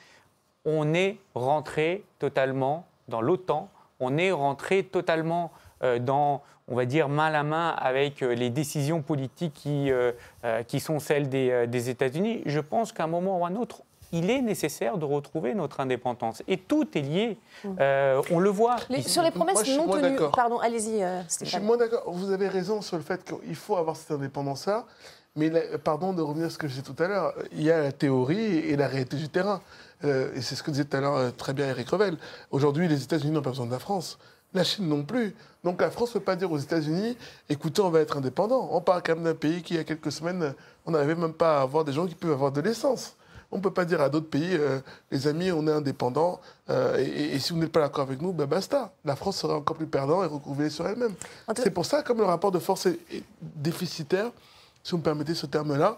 Speaker 4: On est rentré totalement dans l'OTAN, on est rentré totalement dans, on va dire, main à main avec les décisions politiques qui sont celles des États-Unis. Je pense qu'à un moment ou à un autre, il est nécessaire de retrouver notre indépendance. Et tout est lié. On le voit.
Speaker 1: Sur les promesses non tenues... Pardon, allez-y, Stéphane.
Speaker 3: Je suis moins d'accord. Vous avez raison sur le fait qu'il faut avoir cette indépendance-là. Mais, pardon de revenir à ce que je disais tout à l'heure, il y a la théorie et la réalité du terrain. Et c'est ce que disait tout à l'heure très bien Éric Revel. Aujourd'hui, les États-Unis n'ont pas besoin de la France. La Chine non plus. Donc la France ne peut pas dire aux États-Unis, écoutez, on va être indépendant. On parle quand même d'un pays qui, il y a quelques semaines, on n'arrivait même pas à avoir des gens qui peuvent avoir de l'essence. On ne peut pas dire à d'autres pays, les amis, on est indépendants, et si vous n'êtes pas d'accord avec nous, ben basta. La France serait encore plus perdante et recouvrée sur elle-même. C'est pour ça, comme le rapport de force est déficitaire, si vous me permettez ce terme-là,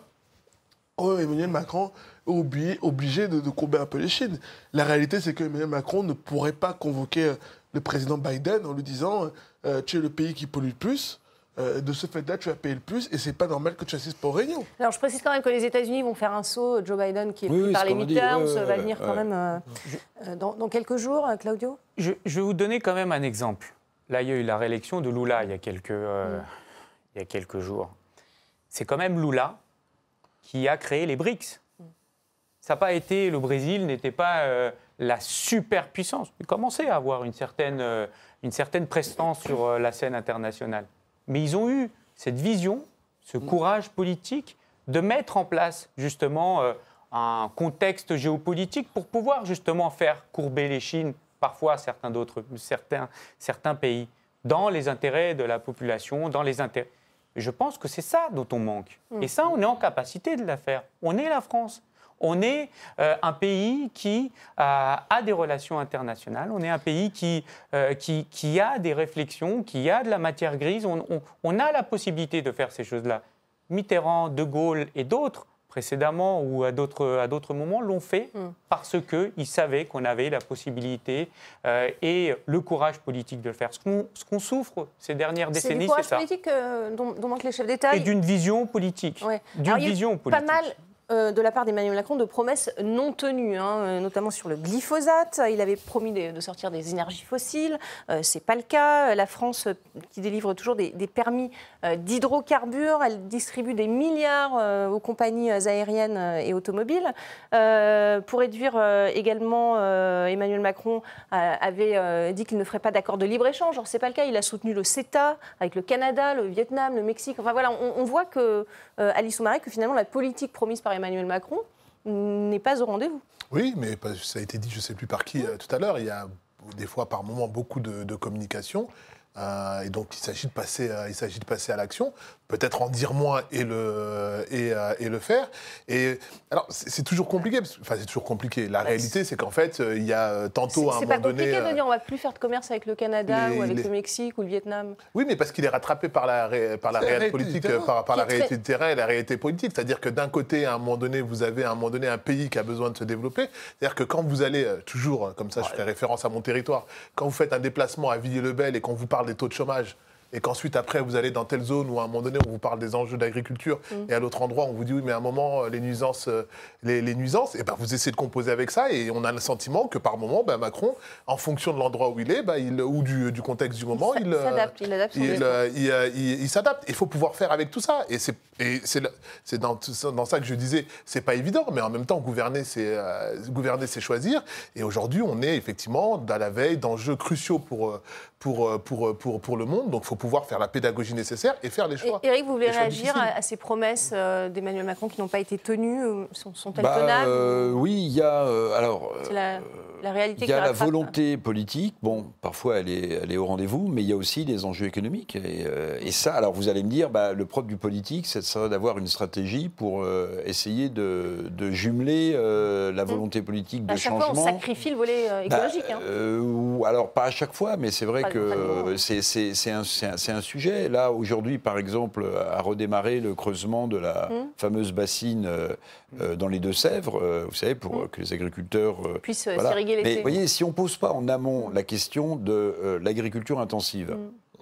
Speaker 3: Emmanuel Macron est obligé de courber un peu les chines. La réalité, c'est que Emmanuel Macron ne pourrait pas convoquer le président Biden en lui disant tu es le pays qui pollue le plus. De ce fait-là, tu vas payer le plus et c'est pas normal que tu assistes pas aux réunions.
Speaker 1: Alors, je précise quand même que les États-Unis vont faire un saut. Joe Biden, qui est pris par les midterms, va venir quand même dans quelques jours. Claudio?
Speaker 4: Je vais vous donner quand même un exemple. Là, il y a eu la réélection de Lula il y a quelques jours. C'est quand même Lula qui a créé les BRICS. ça n'a pas été, le Brésil n'était pas la superpuissance. Il commençait à avoir une certaine prestance sur la scène internationale. Mais ils ont eu cette vision, ce courage politique de mettre en place justement un contexte géopolitique pour pouvoir justement faire courber les Chines, parfois certains pays, dans les intérêts de la population, dans les intérêts. Je pense que c'est ça dont on manque. Et ça, on est en capacité de la faire. On est la France. On est un pays qui a des relations internationales. On est un pays qui a des réflexions, qui a de la matière grise. On a la possibilité de faire ces choses-là. Mitterrand, De Gaulle et d'autres, précédemment ou à d'autres moments, l'ont fait parce qu'ils savaient qu'on avait la possibilité et le courage politique de le faire. Ce qu'on souffre ces dernières décennies, c'est ça.
Speaker 1: C'est du courage politique dont manquent les chefs d'État.
Speaker 4: Et d'une vision politique.
Speaker 1: Ouais.
Speaker 4: D'une vision politique.
Speaker 1: Pas mal de la part d'Emmanuel Macron de promesses non tenues, notamment sur le glyphosate. Il avait promis de sortir des énergies fossiles. Ce n'est pas le cas. La France, qui délivre toujours des permis d'hydrocarbures, elle distribue des milliards aux compagnies aériennes et automobiles. Pour réduire également, Emmanuel Macron avait dit qu'il ne ferait pas d'accord de libre-échange. Ce n'est pas le cas. Il a soutenu le CETA avec le Canada, le Vietnam, le Mexique. Enfin voilà, on voit que Alice Soumaré, que finalement la politique promise par Emmanuel Macron n'est pas au rendez-vous.
Speaker 5: Oui, mais ça a été dit, je ne sais plus par qui tout à l'heure, il y a des fois par moment beaucoup de communication. Et donc il s'agit de passer à l'action, peut-être en dire moins et le faire. Et alors c'est toujours compliqué, c'est toujours compliqué. La réalité, c'est qu'en fait, il y a tantôt à un moment donné.
Speaker 1: C'est pas compliqué de dire on va plus faire de commerce avec le Canada ou avec le Mexique ou le Vietnam.
Speaker 5: Oui, mais parce qu'il est rattrapé par la réalité politique, par la réalité de terrain et la réalité politique. C'est-à-dire que d'un côté, à un moment donné, vous avez un pays qui a besoin de se développer. C'est-à-dire que quand vous allez toujours, comme ça, je fais référence à mon territoire, quand vous faites un déplacement à Villiers-le-Bel et qu'on vous parle des taux de chômage, et qu'ensuite, après, vous allez dans telle zone où, à un moment donné, on vous parle des enjeux d'agriculture, et à l'autre endroit, on vous dit, oui, mais à un moment, les nuisances, et ben, vous essayez de composer avec ça, et on a le sentiment que, par moment, Macron, en fonction de l'endroit où il est, ou du contexte du moment, il s'adapte. Il faut pouvoir faire avec tout ça. Et c'est dans ça que je disais, c'est pas évident, mais en même temps, gouverner, c'est choisir. Et aujourd'hui, on est effectivement à la veille d'enjeux cruciaux pour le monde. Donc, il faut pouvoir faire la pédagogie nécessaire et faire les choix.
Speaker 1: Éric, vous voulez réagir à ces promesses d'Emmanuel Macron qui n'ont pas été tenues? Sont-elles tenables?
Speaker 7: Oui, il y a...
Speaker 1: c'est la réalité.
Speaker 7: Il y a la volonté politique. Bon, parfois, elle est au rendez-vous, mais il y a aussi des enjeux économiques. Et ça, alors vous allez me dire, le propre du politique, c'est d'avoir une stratégie pour essayer de jumeler la volonté politique de changement.
Speaker 1: À chaque fois, on sacrifie le volet écologique.
Speaker 7: Alors, pas à chaque fois, mais c'est vrai que c'est un sujet. Là, aujourd'hui, par exemple, a redémarré le creusement de la fameuse bassine dans les Deux-Sèvres, vous savez, pour que les agriculteurs
Speaker 1: puissent s'irriguer l'été.
Speaker 7: Mais vous voyez, si on ne pose pas en amont la question de l'agriculture intensive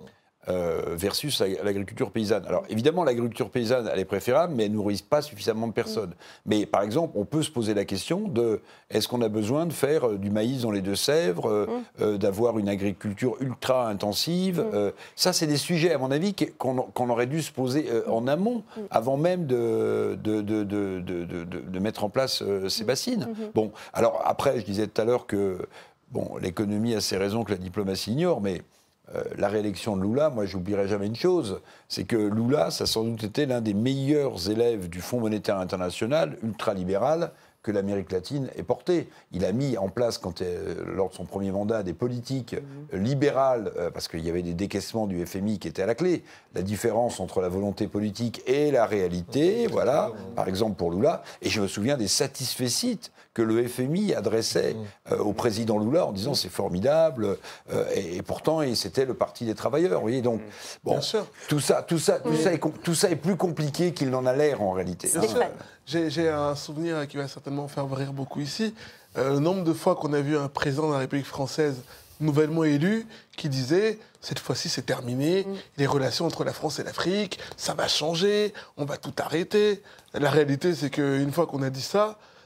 Speaker 7: versus l'agriculture paysanne. Alors évidemment, l'agriculture paysanne, elle est préférable, mais elle ne nourrit pas suffisamment de personnes. Mais par exemple, on peut se poser la question de est-ce qu'on a besoin de faire du maïs dans les Deux-Sèvres, d'avoir une agriculture ultra intensive Ça, c'est des sujets, à mon avis, qu'on aurait dû se poser en amont, avant même de mettre en place ces bassines. Bon, alors après, je disais tout à l'heure que l'économie a ses raisons que la diplomatie ignore, mais la réélection de Lula, moi, je n'oublierai jamais une chose, c'est que Lula, ça a sans doute été l'un des meilleurs élèves du Fonds monétaire international, ultralibéral, que l'Amérique latine ait porté. Il a mis en place, lors de son premier mandat, des politiques libérales, parce qu'il y avait des décaissements du FMI qui étaient à la clé. La différence entre la volonté politique et la réalité, voilà, par exemple pour Lula. Et je me souviens des satisfecit que le FMI adressait au président Lula en disant c'est formidable, et pourtant c'était le Parti des travailleurs. Vous voyez, donc, bon, tout ça est plus compliqué qu'il n'en a l'air en réalité.
Speaker 3: J'ai un souvenir qui va certainement faire rire beaucoup ici. Le nombre de fois qu'on a vu un président de la République française nouvellement élu qui disait « cette fois-ci c'est terminé, les relations entre la France et l'Afrique, ça va changer, on va tout arrêter ». La réalité c'est qu'une fois qu'on a dit ça,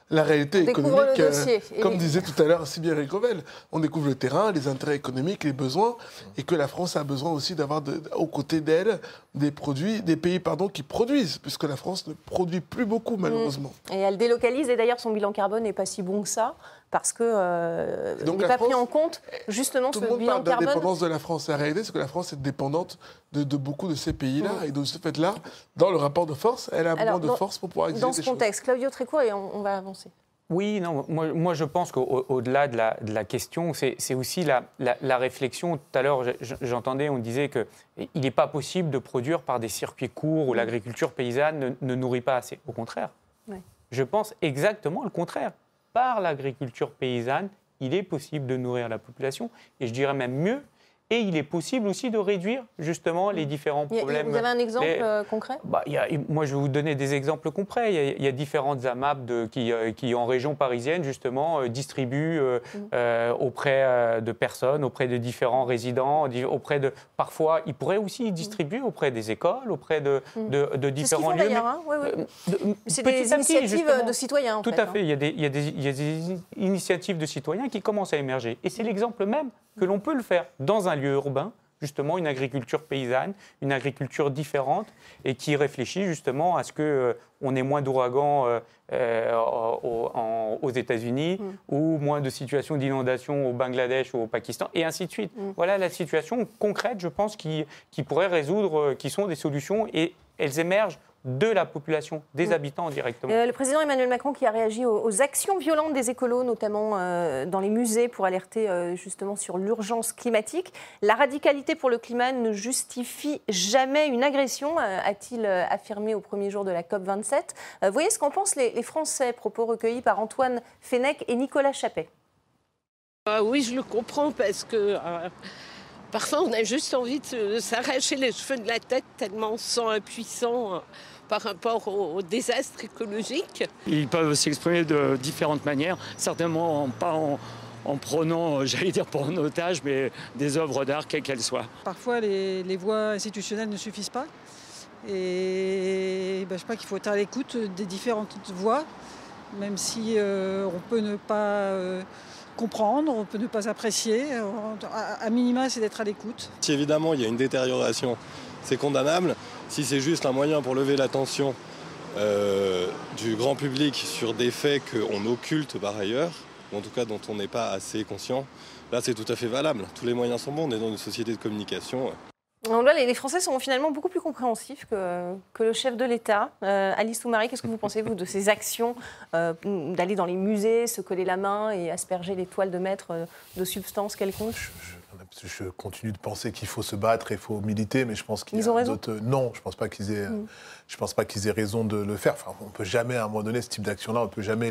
Speaker 3: la réalité économique,
Speaker 1: le dossier,
Speaker 3: comme disait tout à l'heure si bien Eric Revel. On découvre le terrain, les intérêts économiques, les besoins, et que la France a besoin aussi d'avoir aux côtés d'elle des pays qui produisent, puisque la France ne produit plus beaucoup malheureusement.
Speaker 1: Et elle délocalise, et d'ailleurs son bilan carbone n'est pas si bon que ça, parce qu'il n'est pas pris en compte justement ce bilan carbone. Tout le monde parle
Speaker 3: d'indépendance de la France. La réalité, c'est que la France est dépendante de beaucoup de ces pays-là, et de ce fait-là, dans le rapport de force, elle a moins de force pour pouvoir exiger des choses.
Speaker 1: Dans ce contexte, Claudio Trécourt, et on va avancer.
Speaker 4: Oui, non, moi je pense qu'au-delà de la question, c'est aussi la réflexion. Tout à l'heure, j'entendais, on disait qu'il n'est pas possible de produire par des circuits courts où l'agriculture paysanne ne nourrit pas assez. Au contraire, je pense exactement le contraire. Par l'agriculture paysanne, il est possible de nourrir la population, et je dirais même mieux, et il est possible aussi de réduire justement les différents problèmes.
Speaker 1: Vous avez un exemple concret ?
Speaker 4: Moi, je vais vous donner des exemples concrets. Il y a différentes AMAP qui, en région parisienne, justement, distribuent auprès de personnes, auprès de différents résidents, parfois, ils pourraient aussi distribuer auprès des écoles, auprès de différents lieux.
Speaker 1: C'est des initiatives de citoyens, en fait.
Speaker 4: Tout à fait. Il y a des initiatives de citoyens qui commencent à émerger. Et c'est l'exemple même que l'on peut le faire dans un lieu urbain, justement une agriculture paysanne, une agriculture différente, et qui réfléchit justement à ce qu'on ait moins d'ouragans aux États-Unis ou moins de situations d'inondation au Bangladesh ou au Pakistan, et ainsi de suite. Voilà la situation concrète, je pense, qui pourrait résoudre, qui sont des solutions, et elles émergent de la population, des habitants directement.
Speaker 1: Le président Emmanuel Macron qui a réagi aux actions violentes des écolos, notamment dans les musées, pour alerter justement sur l'urgence climatique. La radicalité pour le climat ne justifie jamais une agression, a-t-il affirmé au premier jour de la COP27. Voyez ce qu'en pensent les Français, propos recueillis par Antoine Fenech et Nicolas Chappet.
Speaker 12: Oui, je le comprends parce que... parfois, on a juste envie de s'arracher les cheveux de la tête tellement on se sent impuissant par rapport au désastre écologique.
Speaker 13: Ils peuvent s'exprimer de différentes manières, certainement pas en prenant, j'allais dire pour un otage, mais des œuvres d'art, quelles qu'elles soient.
Speaker 14: Parfois, les voies institutionnelles ne suffisent pas. Et je crois qu'il faut être à l'écoute des différentes voies, même si on peut ne pas... comprendre, on peut ne pas apprécier. À minima, c'est d'être à l'écoute.
Speaker 15: Si évidemment il y a une détérioration, c'est condamnable. Si c'est juste un moyen pour lever l'attention du grand public sur des faits qu'on occulte par ailleurs, ou en tout cas dont on n'est pas assez conscient, là c'est tout à fait valable. Tous les moyens sont bons, on est dans une société de communication.
Speaker 1: Donc là, les Français sont finalement beaucoup plus compréhensifs que le chef de l'État. Alice Soumaré, qu'est-ce que vous pensez, vous, de ces actions d'aller dans les musées, se coller la main et asperger les toiles de maître de substances quelconques ?
Speaker 5: Je continue de penser qu'il faut se battre et il faut militer, mais je pense qu'il
Speaker 1: y a d'autres...
Speaker 5: Non, je ne pense pas qu'ils aient raison de le faire. Enfin, on ne peut jamais, à un moment donné, ce type d'action-là, on ne peut jamais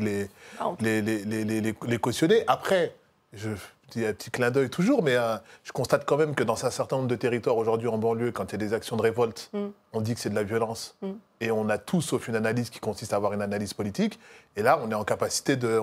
Speaker 5: les cautionner. Après, je dis un petit clin d'œil toujours, mais je constate quand même que dans un certain nombre de territoires aujourd'hui en banlieue, quand il y a des actions de révolte, on dit que c'est de la violence. Et on a tout sauf une analyse qui consiste à avoir une analyse politique. Et là, on est en capacité de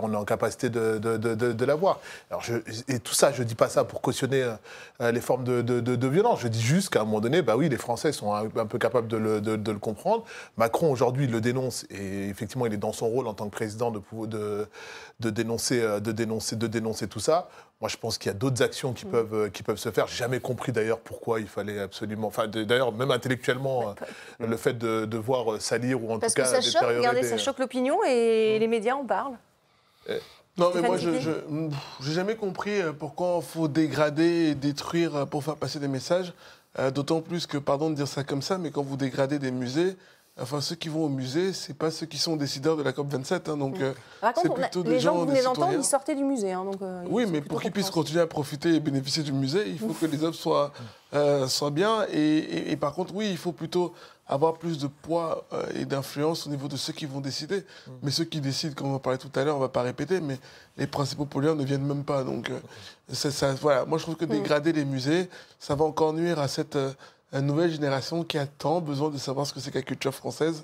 Speaker 5: l'avoir. Alors, et tout ça, je ne dis pas ça pour cautionner les formes de violence. Je dis juste qu'à un moment donné, oui, les Français sont un peu capables de le comprendre. Macron, aujourd'hui, le dénonce. Et effectivement, il est dans son rôle en tant que président de dénoncer tout ça. Moi, je pense qu'il y a d'autres actions qui peuvent se faire. Je n'ai jamais compris, d'ailleurs, pourquoi il fallait absolument... Enfin, d'ailleurs, même intellectuellement, le fait de voir salir ou en tout cas détériorer...
Speaker 1: Regardez, ça choque l'opinion et les médias en parlent.
Speaker 3: Non, mais moi, je n'ai jamais compris pourquoi il faut dégrader et détruire pour faire passer des messages. D'autant plus que, pardon de dire ça comme ça, mais quand vous dégradez des musées... Enfin, ceux qui vont au musée, ce n'est pas ceux qui sont décideurs de la COP27. Donc, c'est plutôt des gens,
Speaker 1: que vous venez d'entendre, ils sortaient du musée. Donc,
Speaker 3: oui, mais pour qu'ils puissent continuer à profiter et bénéficier du musée, il faut que les œuvres soient bien. Et par contre, oui, il faut plutôt avoir plus de poids et d'influence au niveau de ceux qui vont décider. Mais ceux qui décident, comme on en parlait tout à l'heure, on ne va pas répéter, mais les principaux pollueurs ne viennent même pas. Donc, voilà. Moi, je trouve que dégrader les musées, ça va encore nuire à cette... une nouvelle génération qui a tant besoin de savoir ce que c'est que la culture française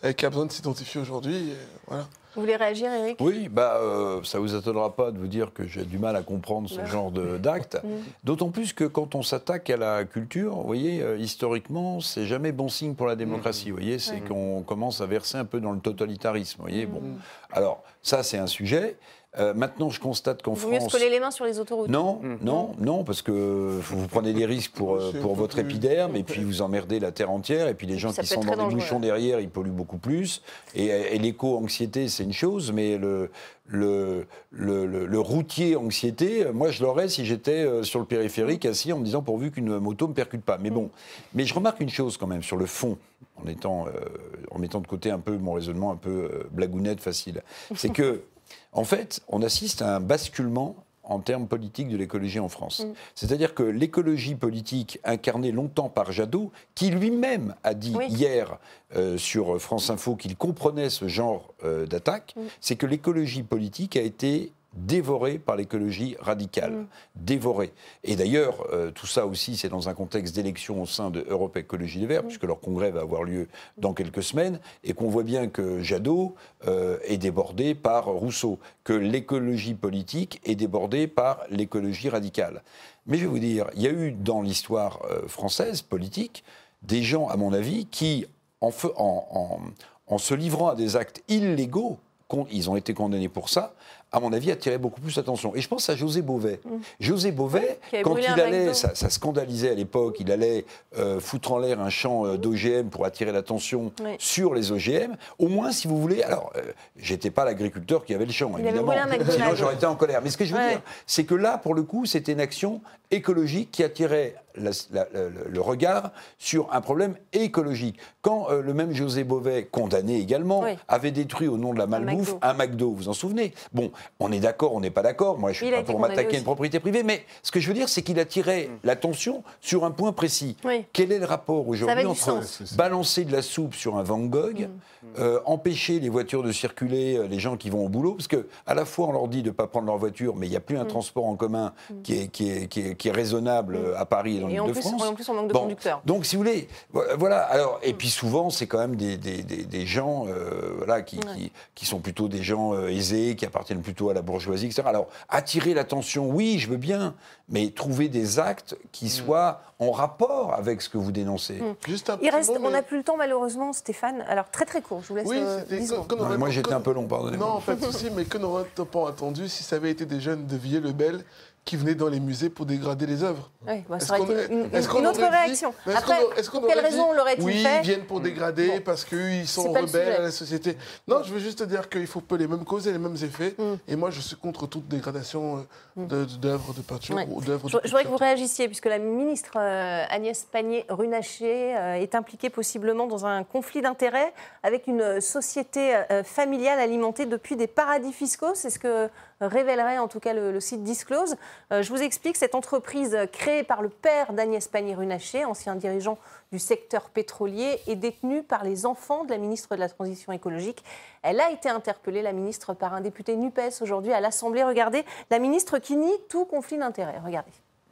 Speaker 3: qui a besoin de s'identifier aujourd'hui. Voilà.
Speaker 1: Vous voulez réagir, Éric?
Speaker 7: Oui, ça ne vous étonnera pas de vous dire que j'ai du mal à comprendre ce genre d'acte. D'autant plus que quand on s'attaque à la culture, vous voyez, historiquement, c'est jamais bon signe pour la démocratie. Vous voyez, c'est qu'on commence à verser un peu dans le totalitarisme. Vous voyez, bon. Alors, ça, c'est un sujet. Maintenant, je constate qu'en France...
Speaker 1: Vous mieux se coller les mains sur les autoroutes?
Speaker 7: Non, parce que vous prenez des risques pour votre épiderme, et puis vous emmerdez la terre entière, et puis les gens qui sont dans les bouchons derrière, ils polluent beaucoup plus. Et l'éco-anxiété, c'est une chose, mais le routier anxiété, moi, je l'aurais si j'étais sur le périphérique, assis, en me disant pourvu qu'une moto ne me percute pas. Mais bon, mais je remarque une chose quand même, sur le fond, en mettant de côté un peu mon raisonnement un peu blagounette facile, c'est que en fait, on assiste à un basculement en termes politiques de l'écologie en France. C'est-à-dire que l'écologie politique incarnée longtemps par Jadot, qui lui-même a dit hier sur France Info qu'il comprenait ce genre d'attaque, c'est que l'écologie politique a été dévorée par l'écologie radicale. Dévorée. Et d'ailleurs, tout ça aussi, c'est dans un contexte d'élection au sein de Europe Écologie Les Verts, puisque leur congrès va avoir lieu dans quelques semaines, et qu'on voit bien que Jadot est débordé par Rousseau, que l'écologie politique est débordée par l'écologie radicale. Mais je vais vous dire, il y a eu dans l'histoire française, politique, des gens, à mon avis, qui, en se livrant à des actes illégaux, ils ont été condamnés pour ça, à mon avis, attirait beaucoup plus l'attention. Et je pense à José Bové. José Bové, quand il allait, ça scandalisait à l'époque, il allait foutre en l'air un champ d'OGM pour attirer l'attention sur les OGM. Au moins, si vous voulez, alors, j'étais pas l'agriculteur qui avait le champ, évidemment. Sinon, j'aurais été en colère. Mais ce que je veux dire, c'est que là, pour le coup, c'était une action écologique qui attirait le regard sur un problème écologique. Quand le même José Bové, condamné également, avait détruit au nom de la malbouffe un McDo, vous vous en souvenez? Bon, on est d'accord, on n'est pas d'accord. Moi, je suis pas pour m'attaquer à une propriété privée, mais ce que je veux dire, c'est qu'il attirait l'attention sur un point précis. Quel est le rapport aujourd'hui entre balancer de la soupe sur un Van Gogh, empêcher les voitures de circuler, les gens qui vont au boulot, parce que à la fois on leur dit de ne pas prendre leur voiture, mais il n'y a plus un transport en commun qui est raisonnable à Paris et dans l'Île-de-France.
Speaker 1: Et en plus, on manque de conducteurs.
Speaker 7: Donc, si vous voulez, voilà. Alors, et puis souvent, c'est quand même des gens voilà, qui sont plutôt des gens aisés, qui appartiennent plutôt à la bourgeoisie, etc. Alors, attirer l'attention, oui, je veux bien, mais trouver des actes qui soient en rapport avec ce que vous dénoncez.
Speaker 3: Juste un
Speaker 1: on n'a plus le temps, malheureusement, Stéphane. Alors, très très court, je vous laisse.
Speaker 3: Oui,
Speaker 7: moi, j'étais un peu long, pardonnez-moi.
Speaker 3: Non, pas de souci, mais que n'aurait-on pas attendu si ça avait été des jeunes de Villers-le-Bel qui venaient dans les musées pour dégrader les œuvres?
Speaker 1: Oui, ça aurait été une autre réaction. Après, pour quelle raison on l'aurait-il fait?
Speaker 3: Oui, ils viennent pour dégrader parce qu'ils sont rebelles à la société. Non, je veux juste dire qu'il faut pas les mêmes causes et les mêmes effets. Et moi, je suis contre toute dégradation d'œuvres de peinture ou d'œuvres de
Speaker 1: Je voudrais que vous réagissiez, puisque la ministre Agnès Pannier-Runacher est impliquée possiblement dans un conflit d'intérêts avec une société familiale alimentée depuis des paradis fiscaux. C'est ce que révélerait en tout cas le site Disclose. Je vous explique, cette entreprise créée par le père d'Agnès Pannier-Runacher, ancien dirigeant du secteur pétrolier, est détenue par les enfants de la ministre de la Transition écologique. Elle a été interpellée, la ministre, par un député NUPES aujourd'hui à l'Assemblée. Regardez, la ministre qui nie tout conflit d'intérêts. Regardez.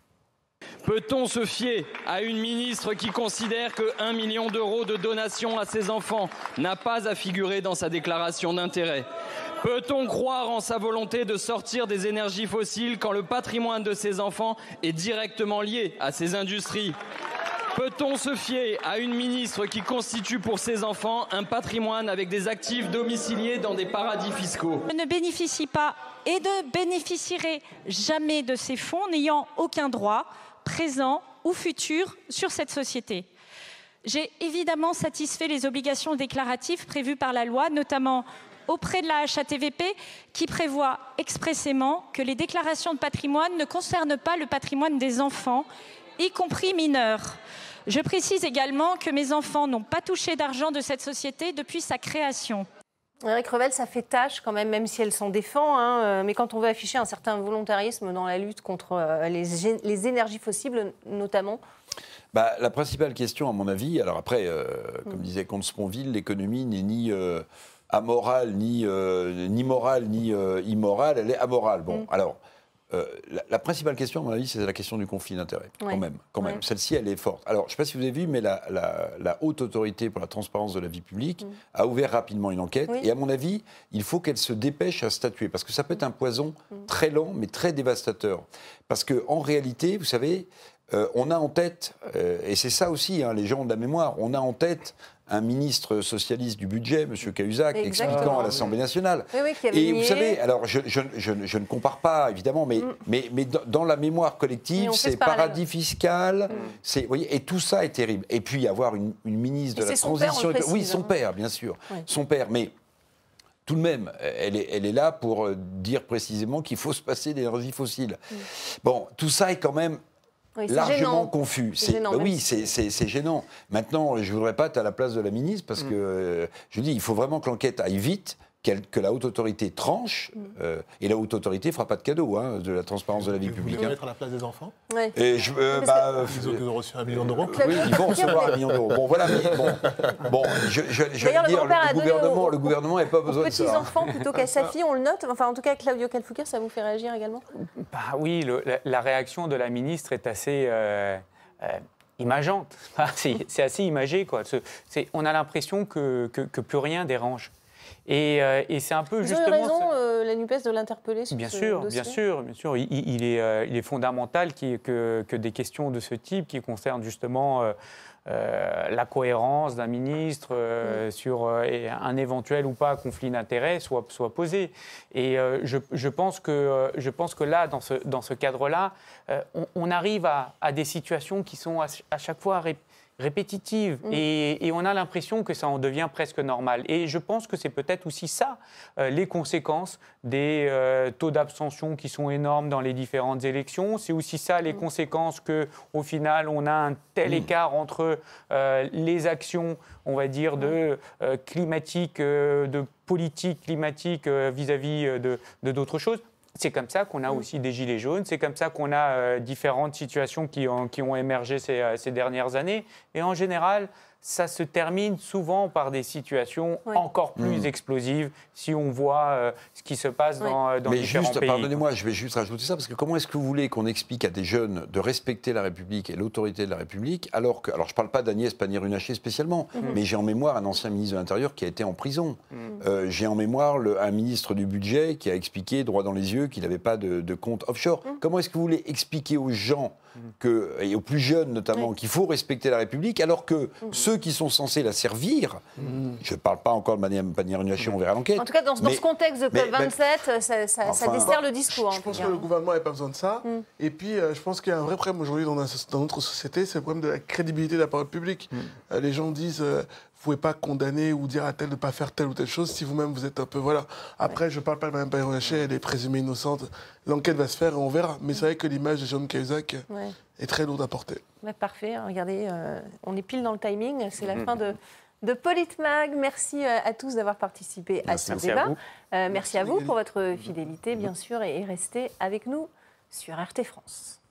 Speaker 16: Peut-on se fier à une ministre qui considère que 1 million d'euros de donation à ses enfants n'a pas à figurer dans sa déclaration d'intérêt? Peut-on croire en sa volonté de sortir des énergies fossiles quand le patrimoine de ses enfants est directement lié à ces industries? Peut-on se fier à une ministre qui constitue pour ses enfants un patrimoine avec des actifs domiciliés dans des paradis fiscaux?
Speaker 17: Je ne bénéficie pas et ne bénéficierai jamais de ces fonds n'ayant aucun droit, présent ou futur, sur cette société. J'ai évidemment satisfait les obligations déclaratives prévues par la loi, notamment auprès de la HATVP, qui prévoit expressément que les déclarations de patrimoine ne concernent pas le patrimoine des enfants, y compris mineurs. Je précise également que mes enfants n'ont pas touché d'argent de cette société depuis sa création.
Speaker 1: Éric Revel, ça fait tâche quand même si elle s'en défend, mais quand on veut afficher un certain volontarisme dans la lutte contre les énergies fossiles, notamment.
Speaker 7: La principale question, à mon avis, alors après, comme disait Comte Sponville, l'économie n'est ni amorale, ni morale, ni immorale, elle est amorale. Bon, alors, la principale question, à mon avis, c'est la question du conflit d'intérêts,
Speaker 1: Ouais.
Speaker 7: quand même. Celle-ci, elle est forte. Alors, je ne sais pas si vous avez vu, mais la Haute Autorité pour la transparence de la vie publique a ouvert rapidement une enquête.
Speaker 1: Oui.
Speaker 7: Et à mon avis, il faut qu'elle se dépêche à statuer, parce que ça peut être un poison très lent, mais très dévastateur. Parce qu'en réalité, vous savez, on a en tête, et c'est ça aussi, les gens ont de la mémoire, on a en tête un ministre socialiste du budget, M. Cahuzac, expliquant à l'Assemblée nationale.
Speaker 1: Oui, qui avait
Speaker 7: et
Speaker 1: nié.
Speaker 7: vous savez, alors je ne compare pas, évidemment, mais dans la mémoire collective, c'est paradis fiscal, vous voyez, et tout ça est terrible. Et puis avoir une ministre de la transition... Oui, son père, bien sûr, son père, mais... Tout de même, elle est là pour dire précisément qu'il faut se passer d'énergie fossile. Bon, tout ça est quand même largement
Speaker 1: gênant.
Speaker 7: confus.
Speaker 1: Gênant,
Speaker 7: c'est gênant. Maintenant, je ne voudrais pas être à la place de la ministre parce que, je dis, il faut vraiment que l'enquête aille vite, que la haute autorité tranche, et la haute autorité ne fera pas de cadeau de la transparence de la vie publique.
Speaker 5: Vous voulez être à la place des enfants?
Speaker 7: Et
Speaker 5: ils ont reçu 1 million d'euros.
Speaker 7: Oui, ils vont recevoir 1 million d'euros. Bon, voilà, mais je vais dire, le gouvernement n'a pas besoin de ça.
Speaker 1: Petits-enfants plutôt qu'à sa fille, on le note. Enfin, en tout cas, Claudio Calfucur, ça vous fait réagir également?
Speaker 4: Oui, la réaction de la ministre est assez... imageante. C'est assez imagé, quoi. On a l'impression que plus rien dérange. Et c'est un peu
Speaker 1: Vous
Speaker 4: justement...
Speaker 1: avez raison, la NUPES, de l'interpeller sur ce dossier.
Speaker 4: Bien sûr. Il est fondamental que des questions de ce type qui concernent justement la cohérence d'un ministre sur un éventuel ou pas conflit d'intérêts soient posées. Et je pense que là, dans ce cadre-là, on arrive à des situations qui sont à chaque fois répétitive et on a l'impression que ça en devient presque normal. Et je pense que c'est peut-être aussi ça, les conséquences des taux d'abstention qui sont énormes dans les différentes élections. C'est aussi ça, les conséquences qu'au final, on a un tel écart entre les actions, on va dire, climatiques, de politique climatique vis-à-vis de d'autres choses. C'est comme ça qu'on a aussi des gilets jaunes, c'est comme ça qu'on a différentes situations qui ont émergé ces dernières années. Et en général, ça se termine souvent par des situations encore plus explosives si on voit ce qui se passe dans différents pays.
Speaker 7: Pardonnez-moi, je vais juste rajouter ça, parce que comment est-ce que vous voulez qu'on explique à des jeunes de respecter la République et l'autorité de la République, alors je ne parle pas d'Agnès Pannier-Runacher spécialement, mais j'ai en mémoire un ancien ministre de l'Intérieur qui a été en prison. J'ai en mémoire un ministre du Budget qui a expliqué droit dans les yeux qu'il n'avait pas de compte offshore. Comment est-ce que vous voulez expliquer aux gens et aux plus jeunes notamment, qu'il faut respecter la République, alors que ceux qui sont censés la servir, je ne parle pas encore de Mme Pannier-Runacher, on verra l'enquête.
Speaker 1: En tout cas, dans ce contexte de COP27, ça dessert le discours.
Speaker 3: Je pense que le gouvernement n'avait pas besoin de ça. Et puis, je pense qu'il y a un vrai problème aujourd'hui dans notre société, c'est le problème de la crédibilité de la parole publique. Les gens disent... vous ne pouvez pas condamner ou dire à tel de ne pas faire telle ou telle chose si vous-même vous êtes un peu... Voilà. Après, je ne parle pas de Mme Pannier-Runacher, elle est présumée innocente. L'enquête va se faire et on verra. Mais c'est vrai que l'image de Jérôme Cahuzac est très lourde à porter.
Speaker 1: Parfait. Regardez, on est pile dans le timing. C'est la fin de Politmag. Merci à tous d'avoir participé à ce débat. Merci à vous pour votre fidélité, bien sûr, et restez avec nous sur RT France.